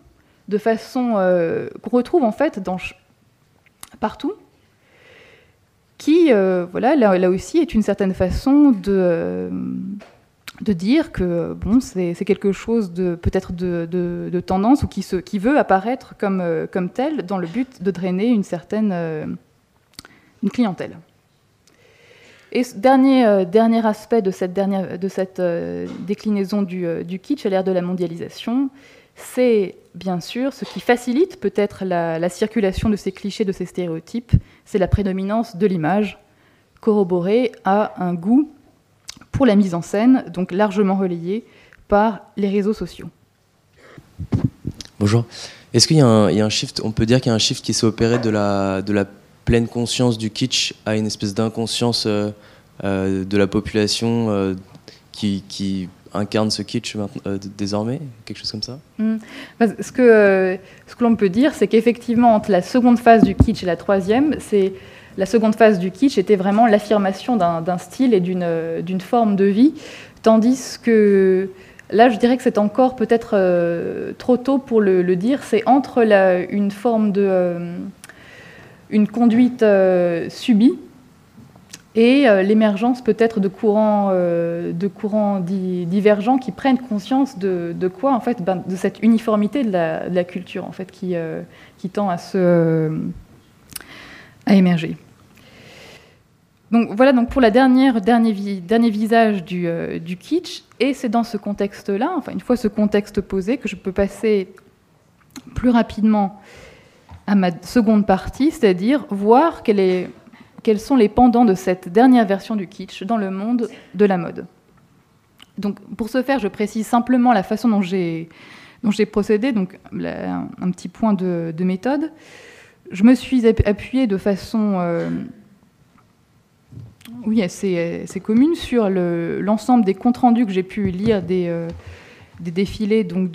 en fait partout, qui là aussi est une certaine façon de dire que c'est quelque chose peut-être de tendance ou qui veut apparaître comme tel dans le but de drainer une clientèle. Et ce dernier aspect de cette déclinaison du kitsch à l'ère de la mondialisation, c'est bien sûr ce qui facilite peut-être la circulation de ces clichés, de ces stéréotypes, c'est la prédominance de l'image, corroborée à un goût pour la mise en scène, donc largement relayé par les réseaux sociaux. Bonjour. Est-ce qu'il y a un shift, on peut dire qu'il y a un shift qui s'est opéré de la pleine conscience du kitsch à une espèce d'inconscience de la population qui incarne ce kitsch désormais, quelque chose comme ça? Ce que l'on peut dire, c'est qu'effectivement, entre la seconde phase du kitsch et la troisième, la seconde phase du kitsch était vraiment l'affirmation d'un style et d'une forme de vie, tandis que là, je dirais que c'est encore peut-être trop tôt pour le dire. C'est entre une forme une conduite subie et l'émergence peut-être de courants divergents qui prennent conscience de quoi, en fait, de cette uniformité de la culture, en fait, qui tend à émerger. Donc voilà donc pour dernier visage du kitsch, et c'est dans ce contexte-là, enfin une fois ce contexte posé, que je peux passer plus rapidement à ma seconde partie, c'est-à-dire voir quels sont les pendants de cette dernière version du kitsch dans le monde de la mode. Donc pour ce faire, je précise simplement la façon dont j'ai procédé, donc un petit point de méthode. Je me suis appuyée de façon assez commune sur l'ensemble des comptes rendus que j'ai pu lire des défilés donc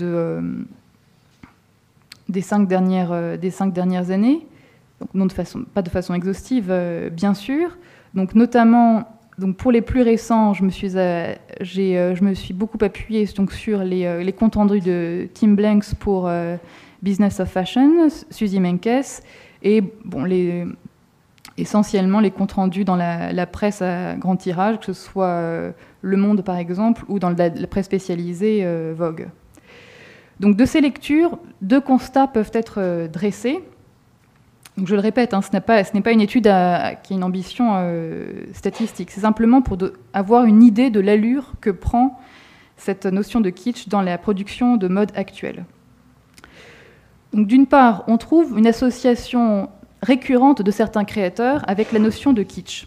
des 5 dernières années, donc pas de façon exhaustive bien sûr. Donc notamment pour les plus récents, je me suis beaucoup appuyée donc sur les comptes rendus de Tim Blanks pour Business of Fashion, Suzy Menkes, et essentiellement les comptes rendus dans la presse à grand tirage, que ce soit Le Monde par exemple, ou dans la presse spécialisée Vogue. Donc de ces lectures, 2 constats peuvent être dressés. Donc je le répète, ce n'est pas une étude qui a une ambition statistique, c'est simplement pour avoir une idée de l'allure que prend cette notion de kitsch dans la production de mode actuelle. Donc d'une part, on trouve une association récurrente de certains créateurs avec la notion de kitsch.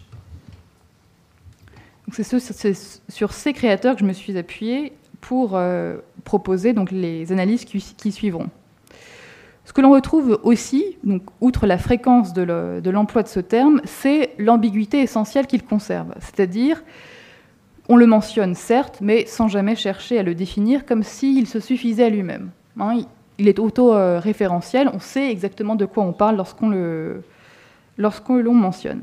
C'est sur ces créateurs que je me suis appuyée pour proposer donc les analyses qui suivront. Ce que l'on retrouve aussi, donc, outre la fréquence de l'emploi de ce terme, c'est l'ambiguïté essentielle qu'il conserve. C'est-à-dire, on le mentionne certes, mais sans jamais chercher à le définir comme s'il se suffisait à lui-même. Il est auto-référentiel, on sait exactement de quoi on parle lorsqu'on le mentionne.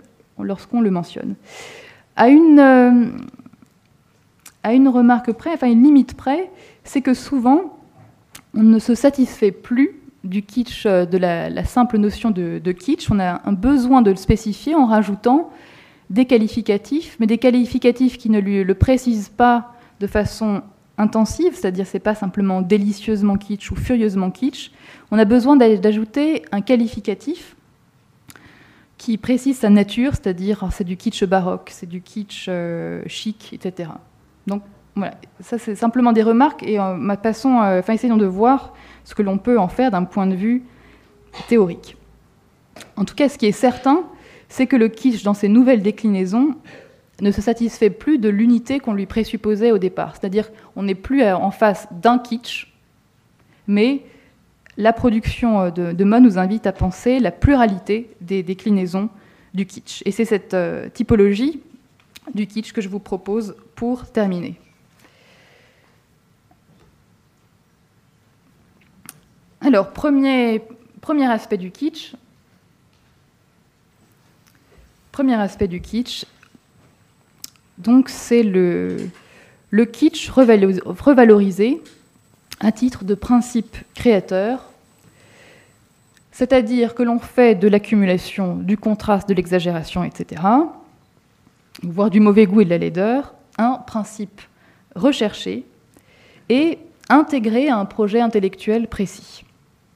À une remarque près, enfin une limite près, c'est que souvent, on ne se satisfait plus du kitsch, de la simple notion de kitsch. On a un besoin de le spécifier en rajoutant des qualificatifs, mais des qualificatifs qui ne le précisent pas de façon intensive, c'est-à-dire c'est pas simplement délicieusement kitsch ou furieusement kitsch. On a besoin d'ajouter un qualificatif qui précise sa nature, c'est-à-dire c'est du kitsch baroque, c'est du kitsch chic, etc. Donc voilà, ça c'est simplement des remarques et essayons de voir ce que l'on peut en faire d'un point de vue théorique. En tout cas, ce qui est certain, c'est que le kitsch, dans ses nouvelles déclinaisons, ne se satisfait plus de l'unité qu'on lui présupposait au départ. C'est-à-dire qu'on n'est plus en face d'un kitsch, mais la production de mode nous invite à penser la pluralité des déclinaisons du kitsch. Et c'est cette typologie du kitsch que je vous propose pour terminer. Alors, premier aspect du kitsch. Donc c'est le kitsch revalorisé à titre de principe créateur, c'est-à-dire que l'on fait de l'accumulation, du contraste, de l'exagération, etc., voire du mauvais goût et de la laideur, un principe recherché et intégré à un projet intellectuel précis.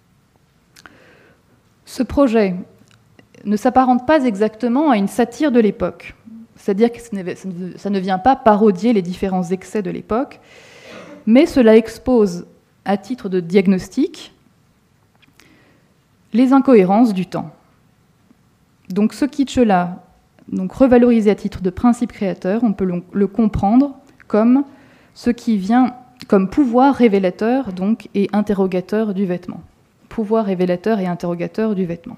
Ce projet ne s'apparente pas exactement à une satire de l'époque. C'est-à-dire que ça ne vient pas parodier les différents excès de l'époque, mais cela expose à titre de diagnostic les incohérences du temps. Donc ce kitsch-là, donc revalorisé à titre de principe créateur, on peut le comprendre comme ce qui vient comme pouvoir révélateur donc, et interrogateur du vêtement. Pouvoir révélateur et interrogateur du vêtement.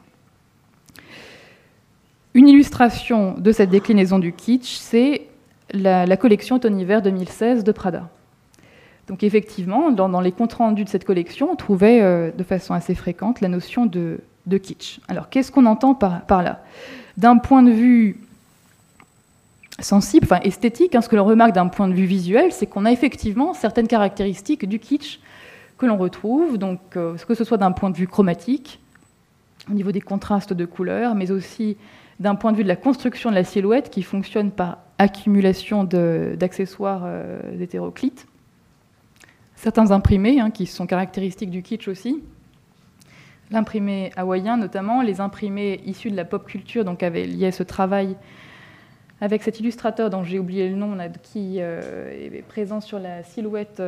Une illustration de cette déclinaison du kitsch, c'est la collection automne-hiver 2016 de Prada. Donc effectivement, dans les comptes rendus de cette collection, on trouvait de façon assez fréquente la notion de kitsch. Alors qu'est-ce qu'on entend par là? D'un point de vue sensible, enfin esthétique, ce que l'on remarque d'un point de vue visuel, c'est qu'on a effectivement certaines caractéristiques du kitsch que l'on retrouve, donc que ce soit d'un point de vue chromatique, au niveau des contrastes de couleurs, mais aussi d'un point de vue de la construction de la silhouette qui fonctionne par accumulation d'accessoires hétéroclites. Certains imprimés qui sont caractéristiques du kitsch aussi. L'imprimé hawaïen notamment, les imprimés issus de la pop culture, donc liés à ce travail avec cet illustrateur dont j'ai oublié le nom, qui est présent sur la silhouette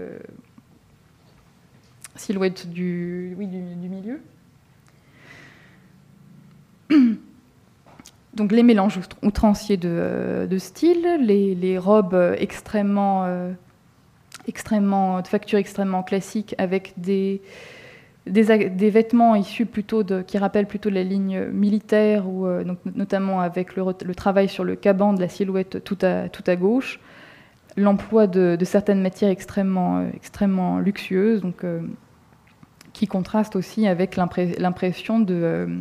du milieu. Donc les mélanges outranciers de styles, les robes extrêmement de facture extrêmement classique avec des vêtements issus plutôt qui rappellent plutôt la ligne militaire, ou donc, notamment avec le travail sur le caban de la silhouette tout à gauche, l'emploi de certaines matières extrêmement luxueuses, donc, qui contrastent aussi avec l'impression de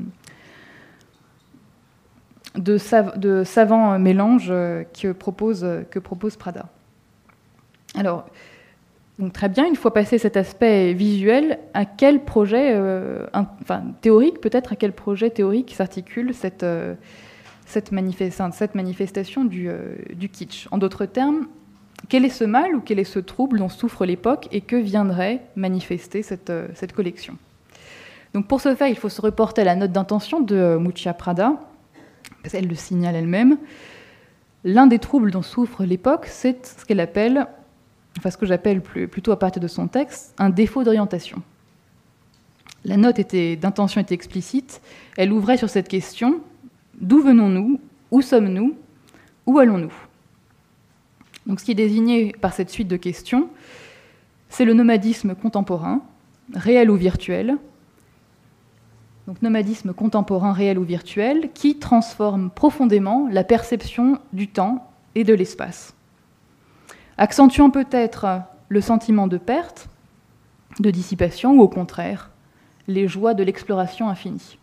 savants mélanges que propose Prada. Alors, donc très bien, une fois passé cet aspect visuel, à quel projet théorique, peut-être à quel projet théorique s'articule cette manifestation du kitsch? En d'autres termes, quel est ce mal ou quel est ce trouble dont souffre l'époque et que viendrait manifester cette collection? Donc pour ce faire, il faut se reporter à la note d'intention de Miuccia Prada, parce qu'elle le signale elle-même. L'un des troubles dont souffre l'époque, c'est ce qu'elle appelle, ce que j'appelle plutôt à partir de son texte, un défaut d'orientation. La note d'intention était explicite, elle ouvrait sur cette question: d'où venons-nous? Où sommes-nous? Où allons-nous? Donc, ce qui est désigné par cette suite de questions, c'est le nomadisme contemporain, réel ou virtuel. Donc, nomadisme contemporain, réel ou virtuel, qui transforme profondément la perception du temps et de l'espace, accentuant peut-être le sentiment de perte, de dissipation, ou au contraire, les joies de l'exploration infinie.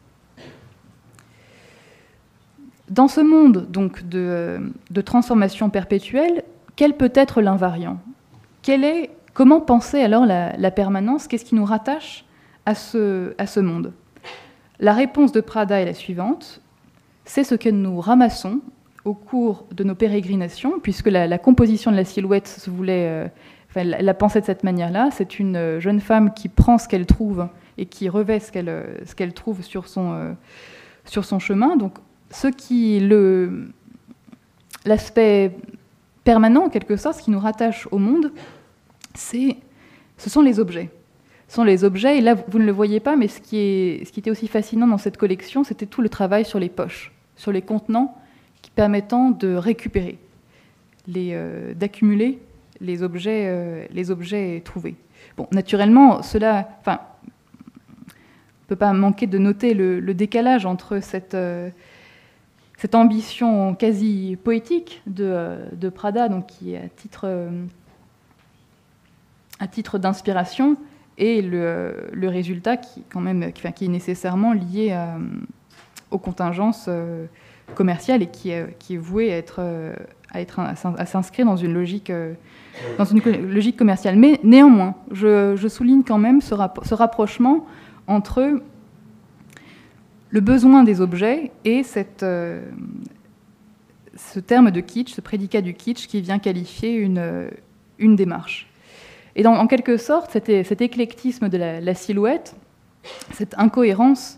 Dans ce monde donc, de transformation perpétuelle, quel peut être l'invariant? Comment penser alors la permanence? Qu'est-ce qui nous rattache à ce monde? La réponse de Prada est la suivante: c'est ce que nous ramassons au cours de nos pérégrinations, puisque la composition de la silhouette se voulait, la pensait de cette manière-là. C'est une jeune femme qui prend ce qu'elle trouve et qui revêt ce qu'elle trouve sur son chemin. Donc, l'aspect permanent, en quelque sorte, ce qui nous rattache au monde, ce sont les objets. Ce sont les objets, et là, vous ne le voyez pas, mais ce qui était aussi fascinant dans cette collection, c'était tout le travail sur les poches, sur les contenants, permettant de récupérer, d'accumuler les objets trouvés. Bon, naturellement, on ne peut pas manquer de noter le décalage entre cette ambition quasi poétique de Prada, donc qui est à titre d'inspiration, et le résultat qui est nécessairement lié aux contingences commerciale et qui est voué à s'inscrire dans une logique commerciale. Mais néanmoins, je souligne quand même ce rapprochement entre le besoin des objets et ce terme de kitsch, ce prédicat du kitsch qui vient qualifier une démarche. Et en quelque sorte, cet éclectisme de la silhouette, cette incohérence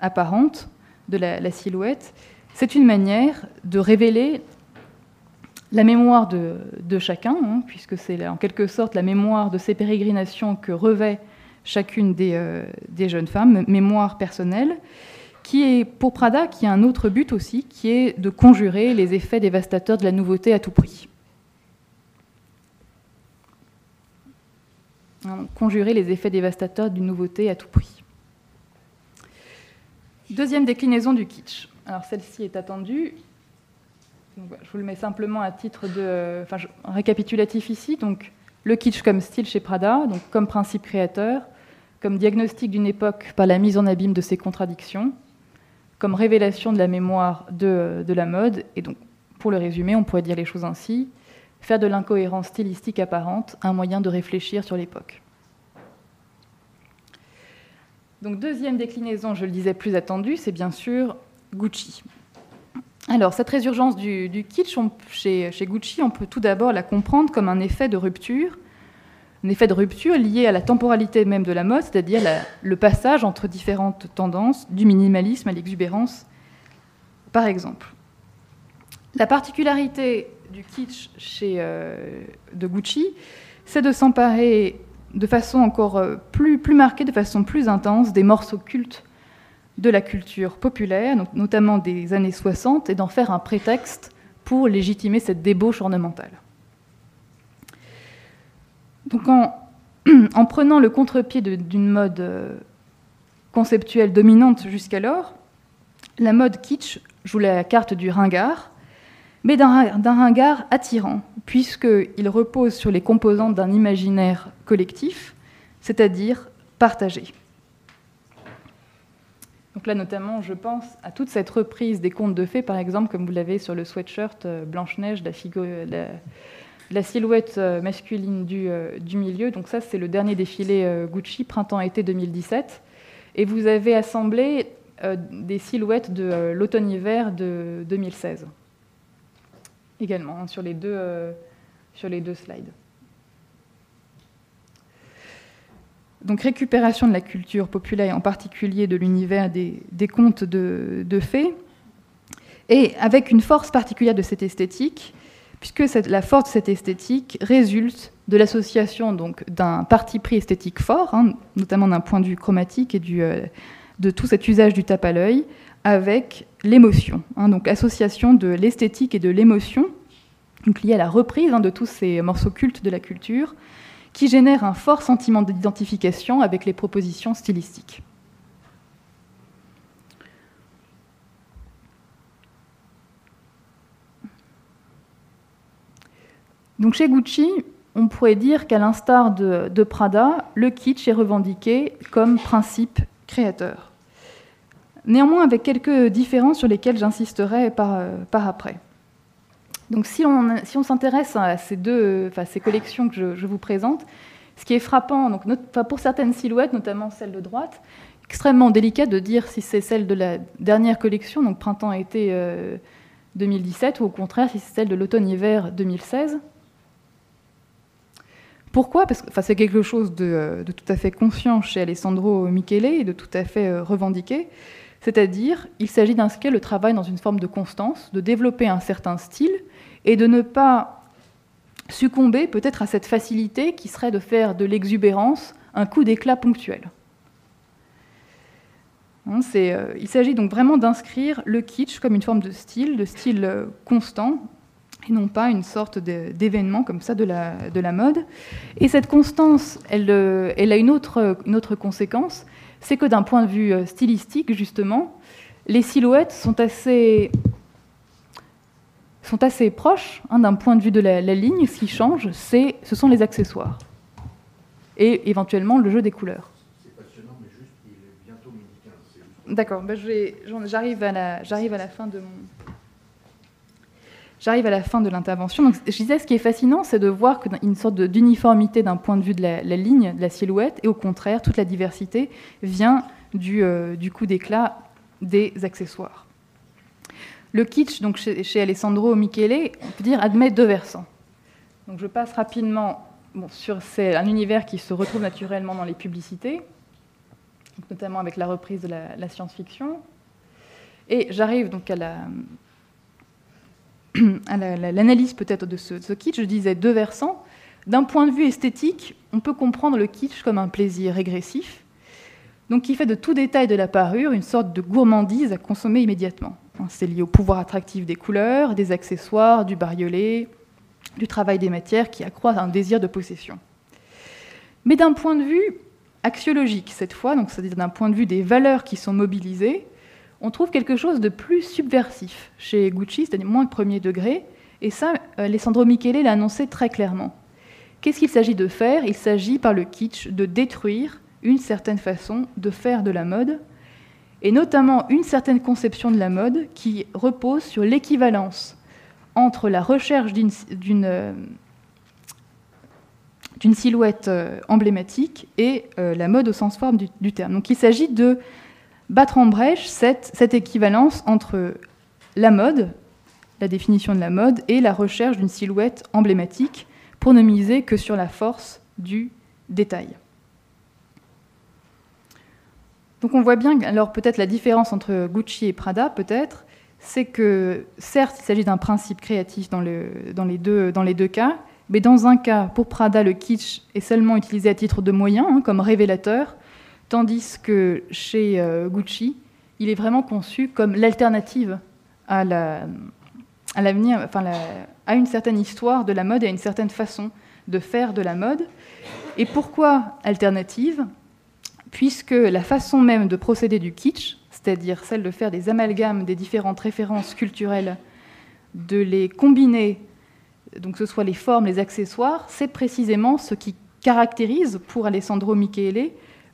apparente de la silhouette, c'est une manière de révéler la mémoire de chacun, hein, puisque c'est en quelque sorte la mémoire de ces pérégrinations que revêt chacune des jeunes femmes, mémoire personnelle, qui est, pour Prada, qui a un autre but aussi, qui est de conjurer les effets dévastateurs de la nouveauté à tout prix. Conjurer les effets dévastateurs d'une nouveauté à tout prix. Deuxième déclinaison du kitsch. Alors celle-ci est attendue. Donc, je vous le mets simplement à titre de récapitulatif ici. Donc, le kitsch comme style chez Prada, donc comme principe créateur, comme diagnostic d'une époque par la mise en abîme de ses contradictions, comme révélation de la mémoire de la mode. Et donc, pour le résumer, on pourrait dire les choses ainsi: faire de l'incohérence stylistique apparente un moyen de réfléchir sur l'époque. Donc, deuxième déclinaison, je le disais, plus attendue, c'est bien sûr Gucci. Alors, cette résurgence du kitsch chez Gucci, on peut tout d'abord la comprendre comme un effet de rupture lié à la temporalité même de la mode, c'est-à-dire le passage entre différentes tendances, du minimalisme à l'exubérance, par exemple. La particularité du kitsch de Gucci, c'est de s'emparer de façon encore plus marquée, de façon plus intense, des morceaux cultes de la culture populaire, notamment des années 60, et d'en faire un prétexte pour légitimer cette débauche ornementale. Donc en prenant le contre-pied d'une mode conceptuelle dominante jusqu'alors, la mode kitsch joue la carte du ringard, mais d'un ringard attirant, puisqu'il repose sur les composantes d'un imaginaire collectif, c'est-à-dire partagé. Donc là, notamment, je pense à toute cette reprise des contes de fées, par exemple, comme vous l'avez sur le sweatshirt Blanche-Neige, la silhouette masculine du milieu. Donc ça, c'est le dernier défilé Gucci, printemps-été 2017. Et vous avez assemblé des silhouettes de l'automne-hiver de 2016. Également, hein, sur les deux slides. Donc récupération de la culture populaire, et en particulier de l'univers des contes de fées, et avec une force particulière de cette esthétique, puisque la force de cette esthétique résulte de l'association donc d'un parti pris esthétique fort, hein, notamment d'un point de vue chromatique et de tout cet usage du tape à l'œil, avec l'émotion. Hein, donc association de l'esthétique et de l'émotion, donc liée à la reprise de tous ces morceaux cultes de la culture, qui génère un fort sentiment d'identification avec les propositions stylistiques. Donc chez Gucci, on pourrait dire qu'à l'instar de Prada, le kitsch est revendiqué comme principe créateur. Néanmoins, avec quelques différences sur lesquelles j'insisterai par après. Donc si on s'intéresse à ces collections que je vous présente, ce qui est frappant, donc, pour certaines silhouettes, notamment celle de droite, extrêmement délicat de dire si c'est celle de la dernière collection, donc printemps-été 2017, ou au contraire si c'est celle de l'automne-hiver 2016. Pourquoi ? Parce que c'est quelque chose de tout à fait conscient chez Alessandro Michele et de tout à fait revendiqué. C'est-à-dire, il s'agit d'inscrire le travail dans une forme de constance, de développer un certain style et de ne pas succomber peut-être à cette facilité qui serait de faire de l'exubérance un coup d'éclat ponctuel. Il s'agit donc vraiment d'inscrire le kitsch comme une forme de style constant, et non pas une sorte d'événement comme ça de la mode. Et cette constance, elle a une autre conséquence, c'est que d'un point de vue stylistique, justement, les silhouettes sont assez proches, hein, d'un point de vue de la ligne. Ce qui change, ce sont les accessoires. Et éventuellement le jeu des couleurs. C'est passionnant, mais juste, il est bientôt midi 15. D'accord, j'arrive à la fin de J'arrive à la fin de l'intervention. Donc, je disais, ce qui est fascinant, c'est de voir une sorte d'uniformité d'un point de vue de la ligne, de la silhouette, et au contraire, toute la diversité vient du coup d'éclat des accessoires. Le kitsch, donc chez Alessandro Michele, on peut dire, admet deux versants. Donc, je passe rapidement sur un univers qui se retrouve naturellement dans les publicités, notamment avec la reprise de la science-fiction. Et j'arrive donc à à l'analyse peut-être de ce kitsch, je disais 2 versants. D'un point de vue esthétique, on peut comprendre le kitsch comme un plaisir régressif, donc qui fait de tout détail de la parure une sorte de gourmandise à consommer immédiatement. C'est lié au pouvoir attractif des couleurs, des accessoires, du bariolé, du travail des matières qui accroît un désir de possession. Mais d'un point de vue axiologique, cette fois, donc c'est-à-dire d'un point de vue des valeurs qui sont mobilisées, on trouve quelque chose de plus subversif chez Gucci, c'est-à-dire moins de premier degré, et ça, Alessandro Michele l'a annoncé très clairement. Qu'est-ce qu'il s'agit de faire ? Il s'agit, par le kitsch, de détruire une certaine façon de faire de la mode, et notamment une certaine conception de la mode qui repose sur l'équivalence entre la recherche d'une silhouette emblématique et la mode au sens forme du terme. Donc il s'agit de battre en brèche cette équivalence entre la mode, la définition de la mode, et la recherche d'une silhouette emblématique, pour ne miser que sur la force du détail. Donc on voit bien, alors peut-être la différence entre Gucci et Prada, peut-être, c'est que certes il s'agit d'un principe créatif dans les deux cas, mais dans un cas, pour Prada, le kitsch est seulement utilisé à titre de moyen, comme révélateur, tandis que chez Gucci, il est vraiment conçu comme l'alternative à l'avenir, enfin à une certaine histoire de la mode et à une certaine façon de faire de la mode. Et pourquoi alternative ? Puisque la façon même de procéder du kitsch, c'est-à-dire celle de faire des amalgames des différentes références culturelles, de les combiner, donc que ce soit les formes, les accessoires, c'est précisément ce qui caractérise pour Alessandro Michele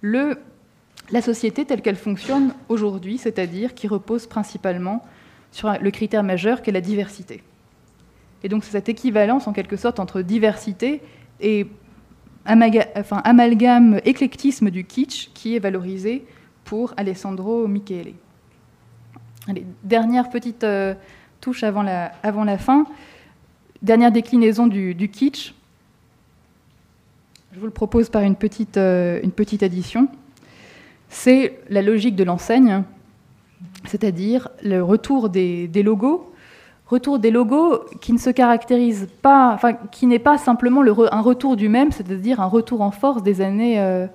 la société telle qu'elle fonctionne aujourd'hui, c'est-à-dire qui repose principalement sur le critère majeur qu'est la diversité. Et donc c'est cette équivalence en quelque sorte entre diversité et amalgame, éclectisme du kitsch qui est valorisé pour Alessandro Michele. Allez, dernière petite touche avant la fin, dernière déclinaison du kitsch. Je vous le propose par une petite addition. C'est la logique de l'enseigne, c'est-à-dire le retour des logos. Retour des logos qui ne se caractérise pas, enfin, qui n'est pas simplement un retour du même, c'est-à-dire un retour en force des années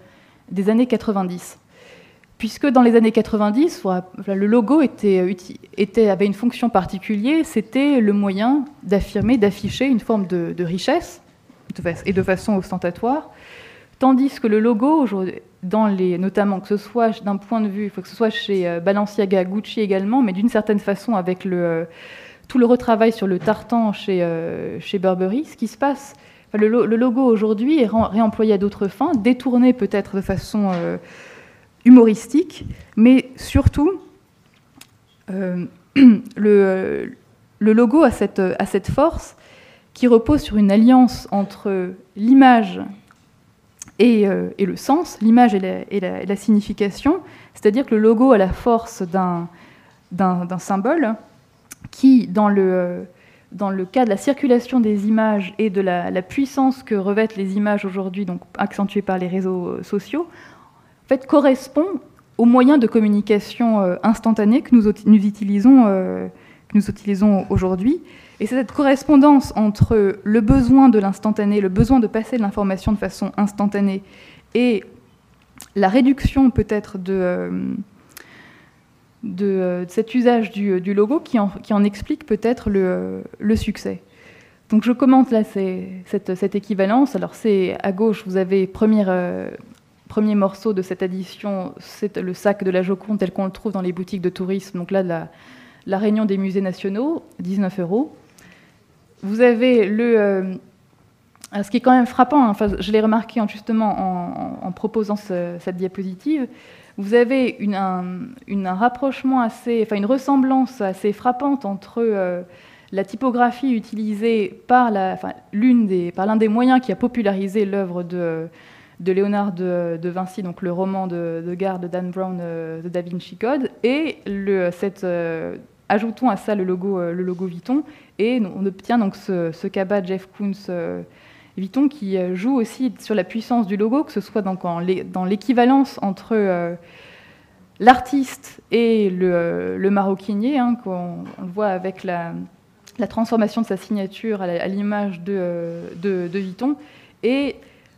90. Puisque dans les années 90, le logo avait une fonction particulière, c'était le moyen d'affirmer, d'afficher une forme de richesse, et de façon ostentatoire, tandis que le logo, notamment que ce soit d'un point de vue, que ce soit chez Balenciaga, Gucci également, mais d'une certaine façon avec tout le retravail sur le tartan chez Burberry, ce qui se passe, le logo aujourd'hui est réemployé à d'autres fins, détourné peut-être de façon humoristique, mais surtout, le logo a cette force qui repose sur une alliance entre l'image et le sens, l'image et la signification, c'est-à-dire que le logo a la force d'un symbole qui, dans le cas de la circulation des images et de la puissance que revêtent les images aujourd'hui, donc accentuées par les réseaux sociaux, en fait, correspond aux moyens de communication instantanés que nous utilisons aujourd'hui. Et c'est cette correspondance entre le besoin de l'instantané, le besoin de passer de l'information de façon instantanée, et la réduction peut-être de cet usage du logo qui en explique peut-être le succès. Donc je commente là cette équivalence. Alors c'est à gauche, vous avez premier morceau de cette édition, c'est le sac de la Joconde tel qu'on le trouve dans les boutiques de tourisme, donc là la Réunion des musées nationaux, 19 €. Vous avez ce qui est quand même frappant, enfin, je l'ai remarqué justement en proposant cette diapositive, vous avez un rapprochement une ressemblance assez frappante entre la typographie utilisée par l'un des moyens qui a popularisé l'œuvre de Léonard de Vinci, donc le roman de gare de Dan Brown, The Da Vinci Code, et ajoutons à ça le logo Vuitton, et on obtient donc ce cabas Jeff Koons Vuitton qui joue aussi sur la puissance du logo, que ce soit donc dans l'équivalence entre l'artiste et le maroquinier, qu'on le voit avec la transformation de sa signature à l'image de Vuitton, et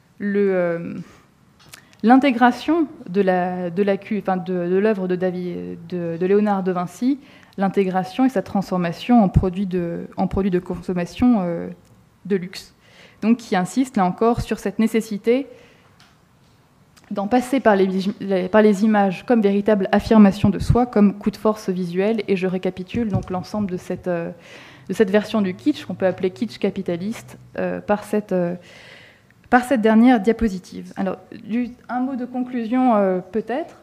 l'intégration de l'œuvre de Léonard de Vinci, l'intégration et sa transformation en produit de consommation de luxe. Donc qui insiste là encore sur cette nécessité d'en passer par les images comme véritable affirmation de soi, comme coup de force visuel. Et je récapitule donc l'ensemble de cette version du kitsch, qu'on peut appeler kitsch capitaliste, par cette dernière diapositive. Alors, un mot de conclusion peut-être.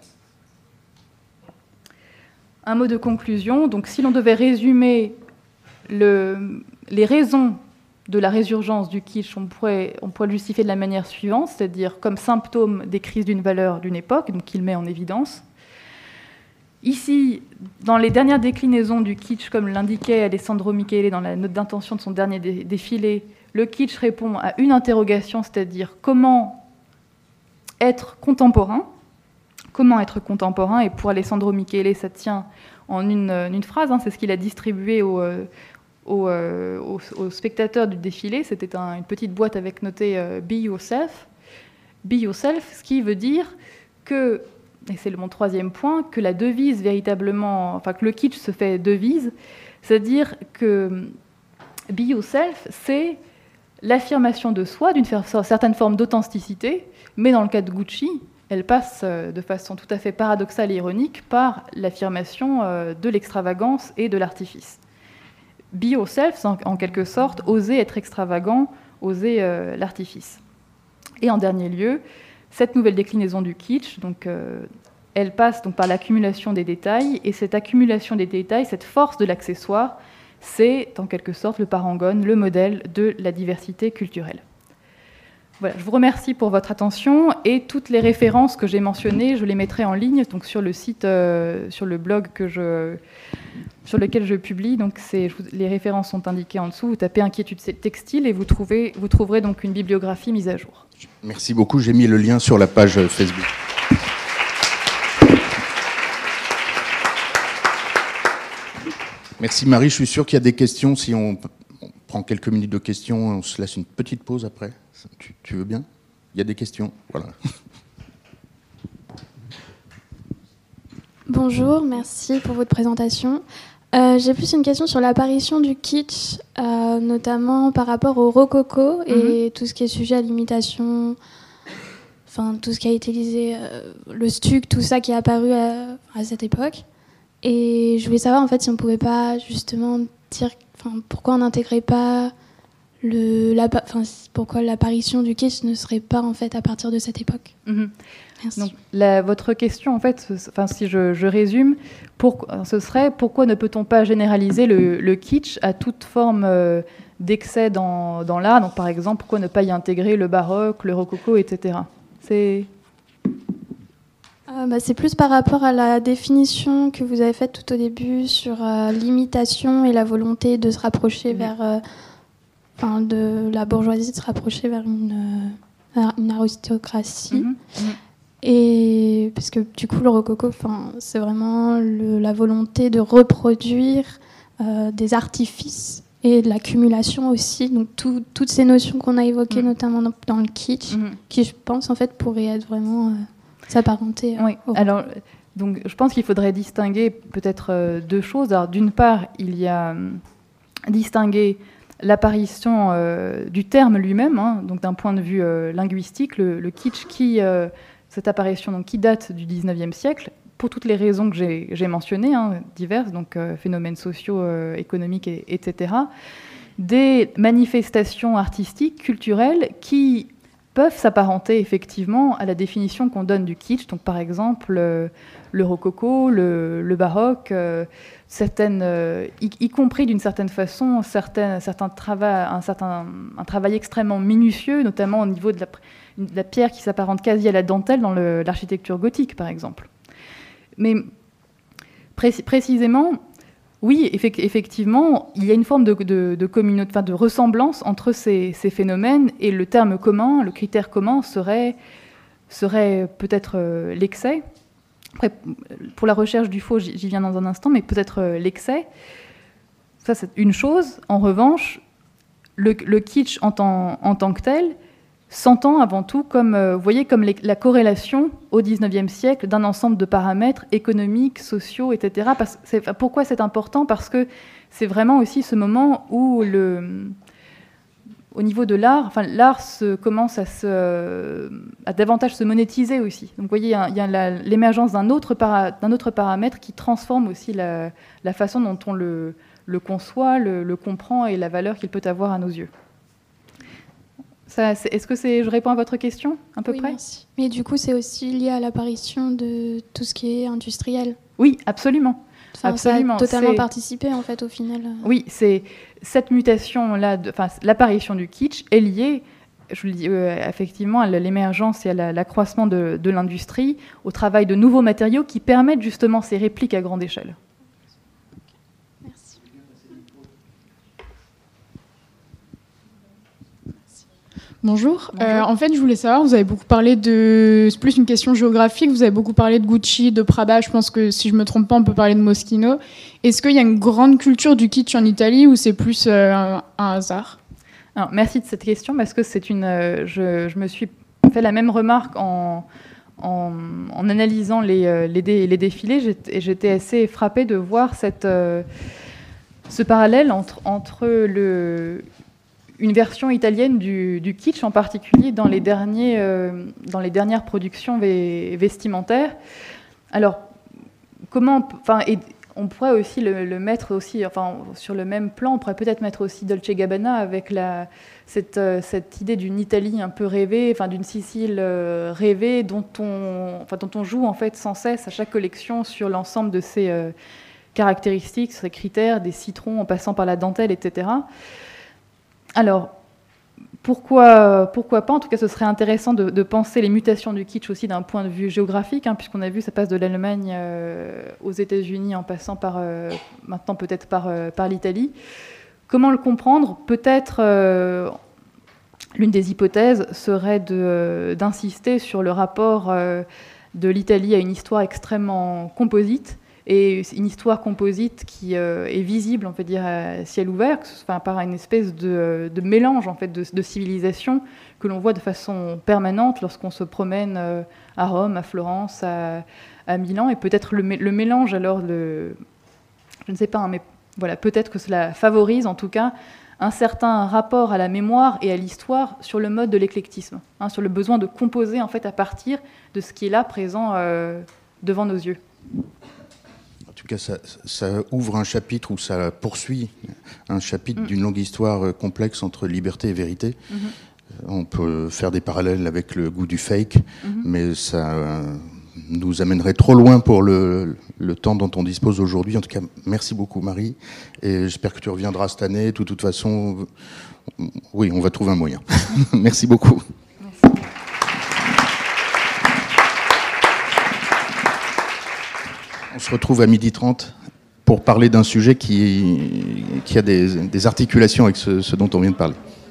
Un mot de conclusion. Donc, si l'on devait résumer les raisons de la résurgence du kitsch, on pourrait le justifier de la manière suivante, c'est-à-dire comme symptôme des crises d'une valeur d'une époque, donc qu'il met en évidence. Ici, dans les dernières déclinaisons du kitsch, comme l'indiquait Alessandro Michele dans la note d'intention de son dernier défilé, le kitsch répond à une interrogation, c'est-à-dire comment être contemporain. Comment être contemporain, et pour Alessandro Michele, ça tient en une phrase, c'est ce qu'il a distribué aux spectateurs du défilé. C'était une petite boîte avec noté « Be yourself ». Be yourself, ce qui veut dire que, et c'est mon troisième point, que la devise véritablement, que le kitsch se fait devise, c'est-à-dire que be yourself, c'est l'affirmation de soi d'une certaine forme d'authenticité, mais dans le cas de Gucci, elle passe de façon tout à fait paradoxale et ironique par l'affirmation de l'extravagance et de l'artifice. Be yourself, en quelque sorte, oser être extravagant, oser l'artifice. Et en dernier lieu, cette nouvelle déclinaison du kitsch, donc, elle passe donc par l'accumulation des détails, et cette accumulation des détails, cette force de l'accessoire, c'est en quelque sorte le parangone, le modèle de la diversité culturelle. Voilà, je vous remercie pour votre attention, et toutes les références que j'ai mentionnées, je les mettrai en ligne donc sur le site, sur le blog sur lequel je publie. Donc les références sont indiquées en dessous. Vous tapez Inquiétude textile et vous trouverez donc une bibliographie mise à jour. Merci beaucoup. J'ai mis le lien sur la page Facebook. Merci Marie. Je suis sûr qu'il y a des questions. Si on prend quelques minutes de questions, on se laisse une petite pause après. Tu veux bien ? Il y a des questions. Voilà. Bonjour, merci pour votre présentation. J'ai plus une question sur l'apparition du kitsch, notamment par rapport au rococo et tout ce qui est sujet à l'imitation, enfin tout ce qui a utilisé le stuc, tout ça qui est apparu à cette époque. Et je voulais savoir en fait si on pouvait pas justement dire, pourquoi on n'intégrait pas pourquoi l'apparition du kitsch ne serait pas en fait à partir de cette époque. Merci. Donc, votre question, en fait, si je résume, ce serait pourquoi ne peut-on pas généraliser le kitsch à toute forme d'excès dans l'art. Donc, par exemple, pourquoi ne pas y intégrer le baroque, le rococo, etc. C'est plus par rapport à la définition que vous avez faite tout au début sur l'imitation et la volonté de se rapprocher vers... de la bourgeoisie, de se rapprocher vers une aristocratie. Et parce que du coup, le rococo, c'est vraiment la volonté de reproduire des artifices et de l'accumulation aussi. Donc toutes ces notions qu'on a évoquées, notamment dans le kitsch, qui je pense en fait pourraient être vraiment s'apparenter. Oui. Alors, donc, je pense qu'il faudrait distinguer peut-être deux choses. Alors, d'une part, il y a distinguer l'apparition du terme lui-même, donc d'un point de vue linguistique, le kitsch, cette apparition donc, qui date du 19e siècle, pour toutes les raisons que j'ai mentionnées, diverses, donc phénomènes sociaux, économiques, etc., des manifestations artistiques, culturelles, qui peuvent s'apparenter effectivement à la définition qu'on donne du kitsch, donc par exemple le rococo, le baroque, y compris d'une certaine façon un travail extrêmement minutieux, notamment au niveau de la pierre qui s'apparente quasi à la dentelle dans l'architecture gothique, par exemple. Mais précisément, oui, effectivement, il y a une forme de ressemblance entre ces phénomènes, et le terme commun, le critère commun serait peut-être l'excès. Après, pour la recherche du faux, j'y viens dans un instant, mais peut-être l'excès. ça c'est une chose. En revanche, le kitsch en tant que tel s'entend avant tout comme, vous voyez, comme la corrélation au XIXe siècle d'un ensemble de paramètres économiques, sociaux, etc. Pourquoi c'est important? Parce que c'est vraiment aussi ce moment où, au niveau de l'art, l'art commence à davantage se monétiser aussi. Donc vous voyez, il y a l'émergence d'un autre paramètre qui transforme aussi la façon dont on le conçoit, le comprend et la valeur qu'il peut avoir à nos yeux. Est-ce que je réponds à votre question, à peu près? Merci. Mais du coup, c'est aussi lié à l'apparition de tout ce qui est industriel. Oui, absolument. Absolument. Ça a totalement participé, en fait, au final. Oui, c'est cette mutation-là, l'apparition du kitsch est liée, je vous le dis, effectivement, à l'émergence et à l'accroissement de l'industrie, au travail de nouveaux matériaux qui permettent justement ces répliques à grande échelle. Bonjour. En fait, je voulais savoir, vous avez beaucoup parlé c'est plus une question géographique, vous avez beaucoup parlé de Gucci, de Prada, je pense que si je ne me trompe pas, on peut parler de Moschino. Est-ce qu'il y a une grande culture du kitsch en Italie ou c'est plus un hasard? Alors, merci de cette question parce que je me suis fait la même remarque en analysant les défilés. J'étais assez frappée de voir ce parallèle entre une version italienne du kitsch, en particulier dans les dernières productions vestimentaires. Alors, on pourrait aussi le mettre aussi, sur le même plan, on pourrait peut-être mettre aussi Dolce & Gabbana avec cette idée d'une Italie un peu rêvée, d'une Sicile rêvée, dont on joue en fait sans cesse à chaque collection sur l'ensemble de ses caractéristiques, ses critères, des citrons en passant par la dentelle, etc. Alors, pourquoi pas? En tout cas, ce serait intéressant de penser les mutations du kitsch aussi d'un point de vue géographique, puisqu'on a vu ça passe de l'Allemagne aux États-Unis en passant maintenant peut-être par l'Italie. Comment le comprendre? Peut-être l'une des hypothèses serait d'insister sur le rapport de l'Italie à une histoire extrêmement composite, et une histoire composite qui est visible, on peut dire, à ciel ouvert, par une espèce de mélange en fait, de civilisations que l'on voit de façon permanente lorsqu'on se promène à Rome, à Florence, à Milan, et peut-être le mélange, alors, je ne sais pas, mais voilà, peut-être que cela favorise en tout cas un certain rapport à la mémoire et à l'histoire sur le mode de l'éclectisme, sur le besoin de composer en fait, à partir de ce qui est là, présent devant nos yeux. En tout cas, ça ouvre un chapitre ou ça poursuit un chapitre d'une longue histoire complexe entre liberté et vérité. On peut faire des parallèles avec le goût du fake, mais ça nous amènerait trop loin pour le temps dont on dispose aujourd'hui. En tout cas, merci beaucoup Marie, et j'espère que tu reviendras cette année. De toute façon, oui, on va trouver un moyen. Merci beaucoup. On se retrouve à 12h30 pour parler d'un sujet qui a des articulations avec ce dont on vient de parler.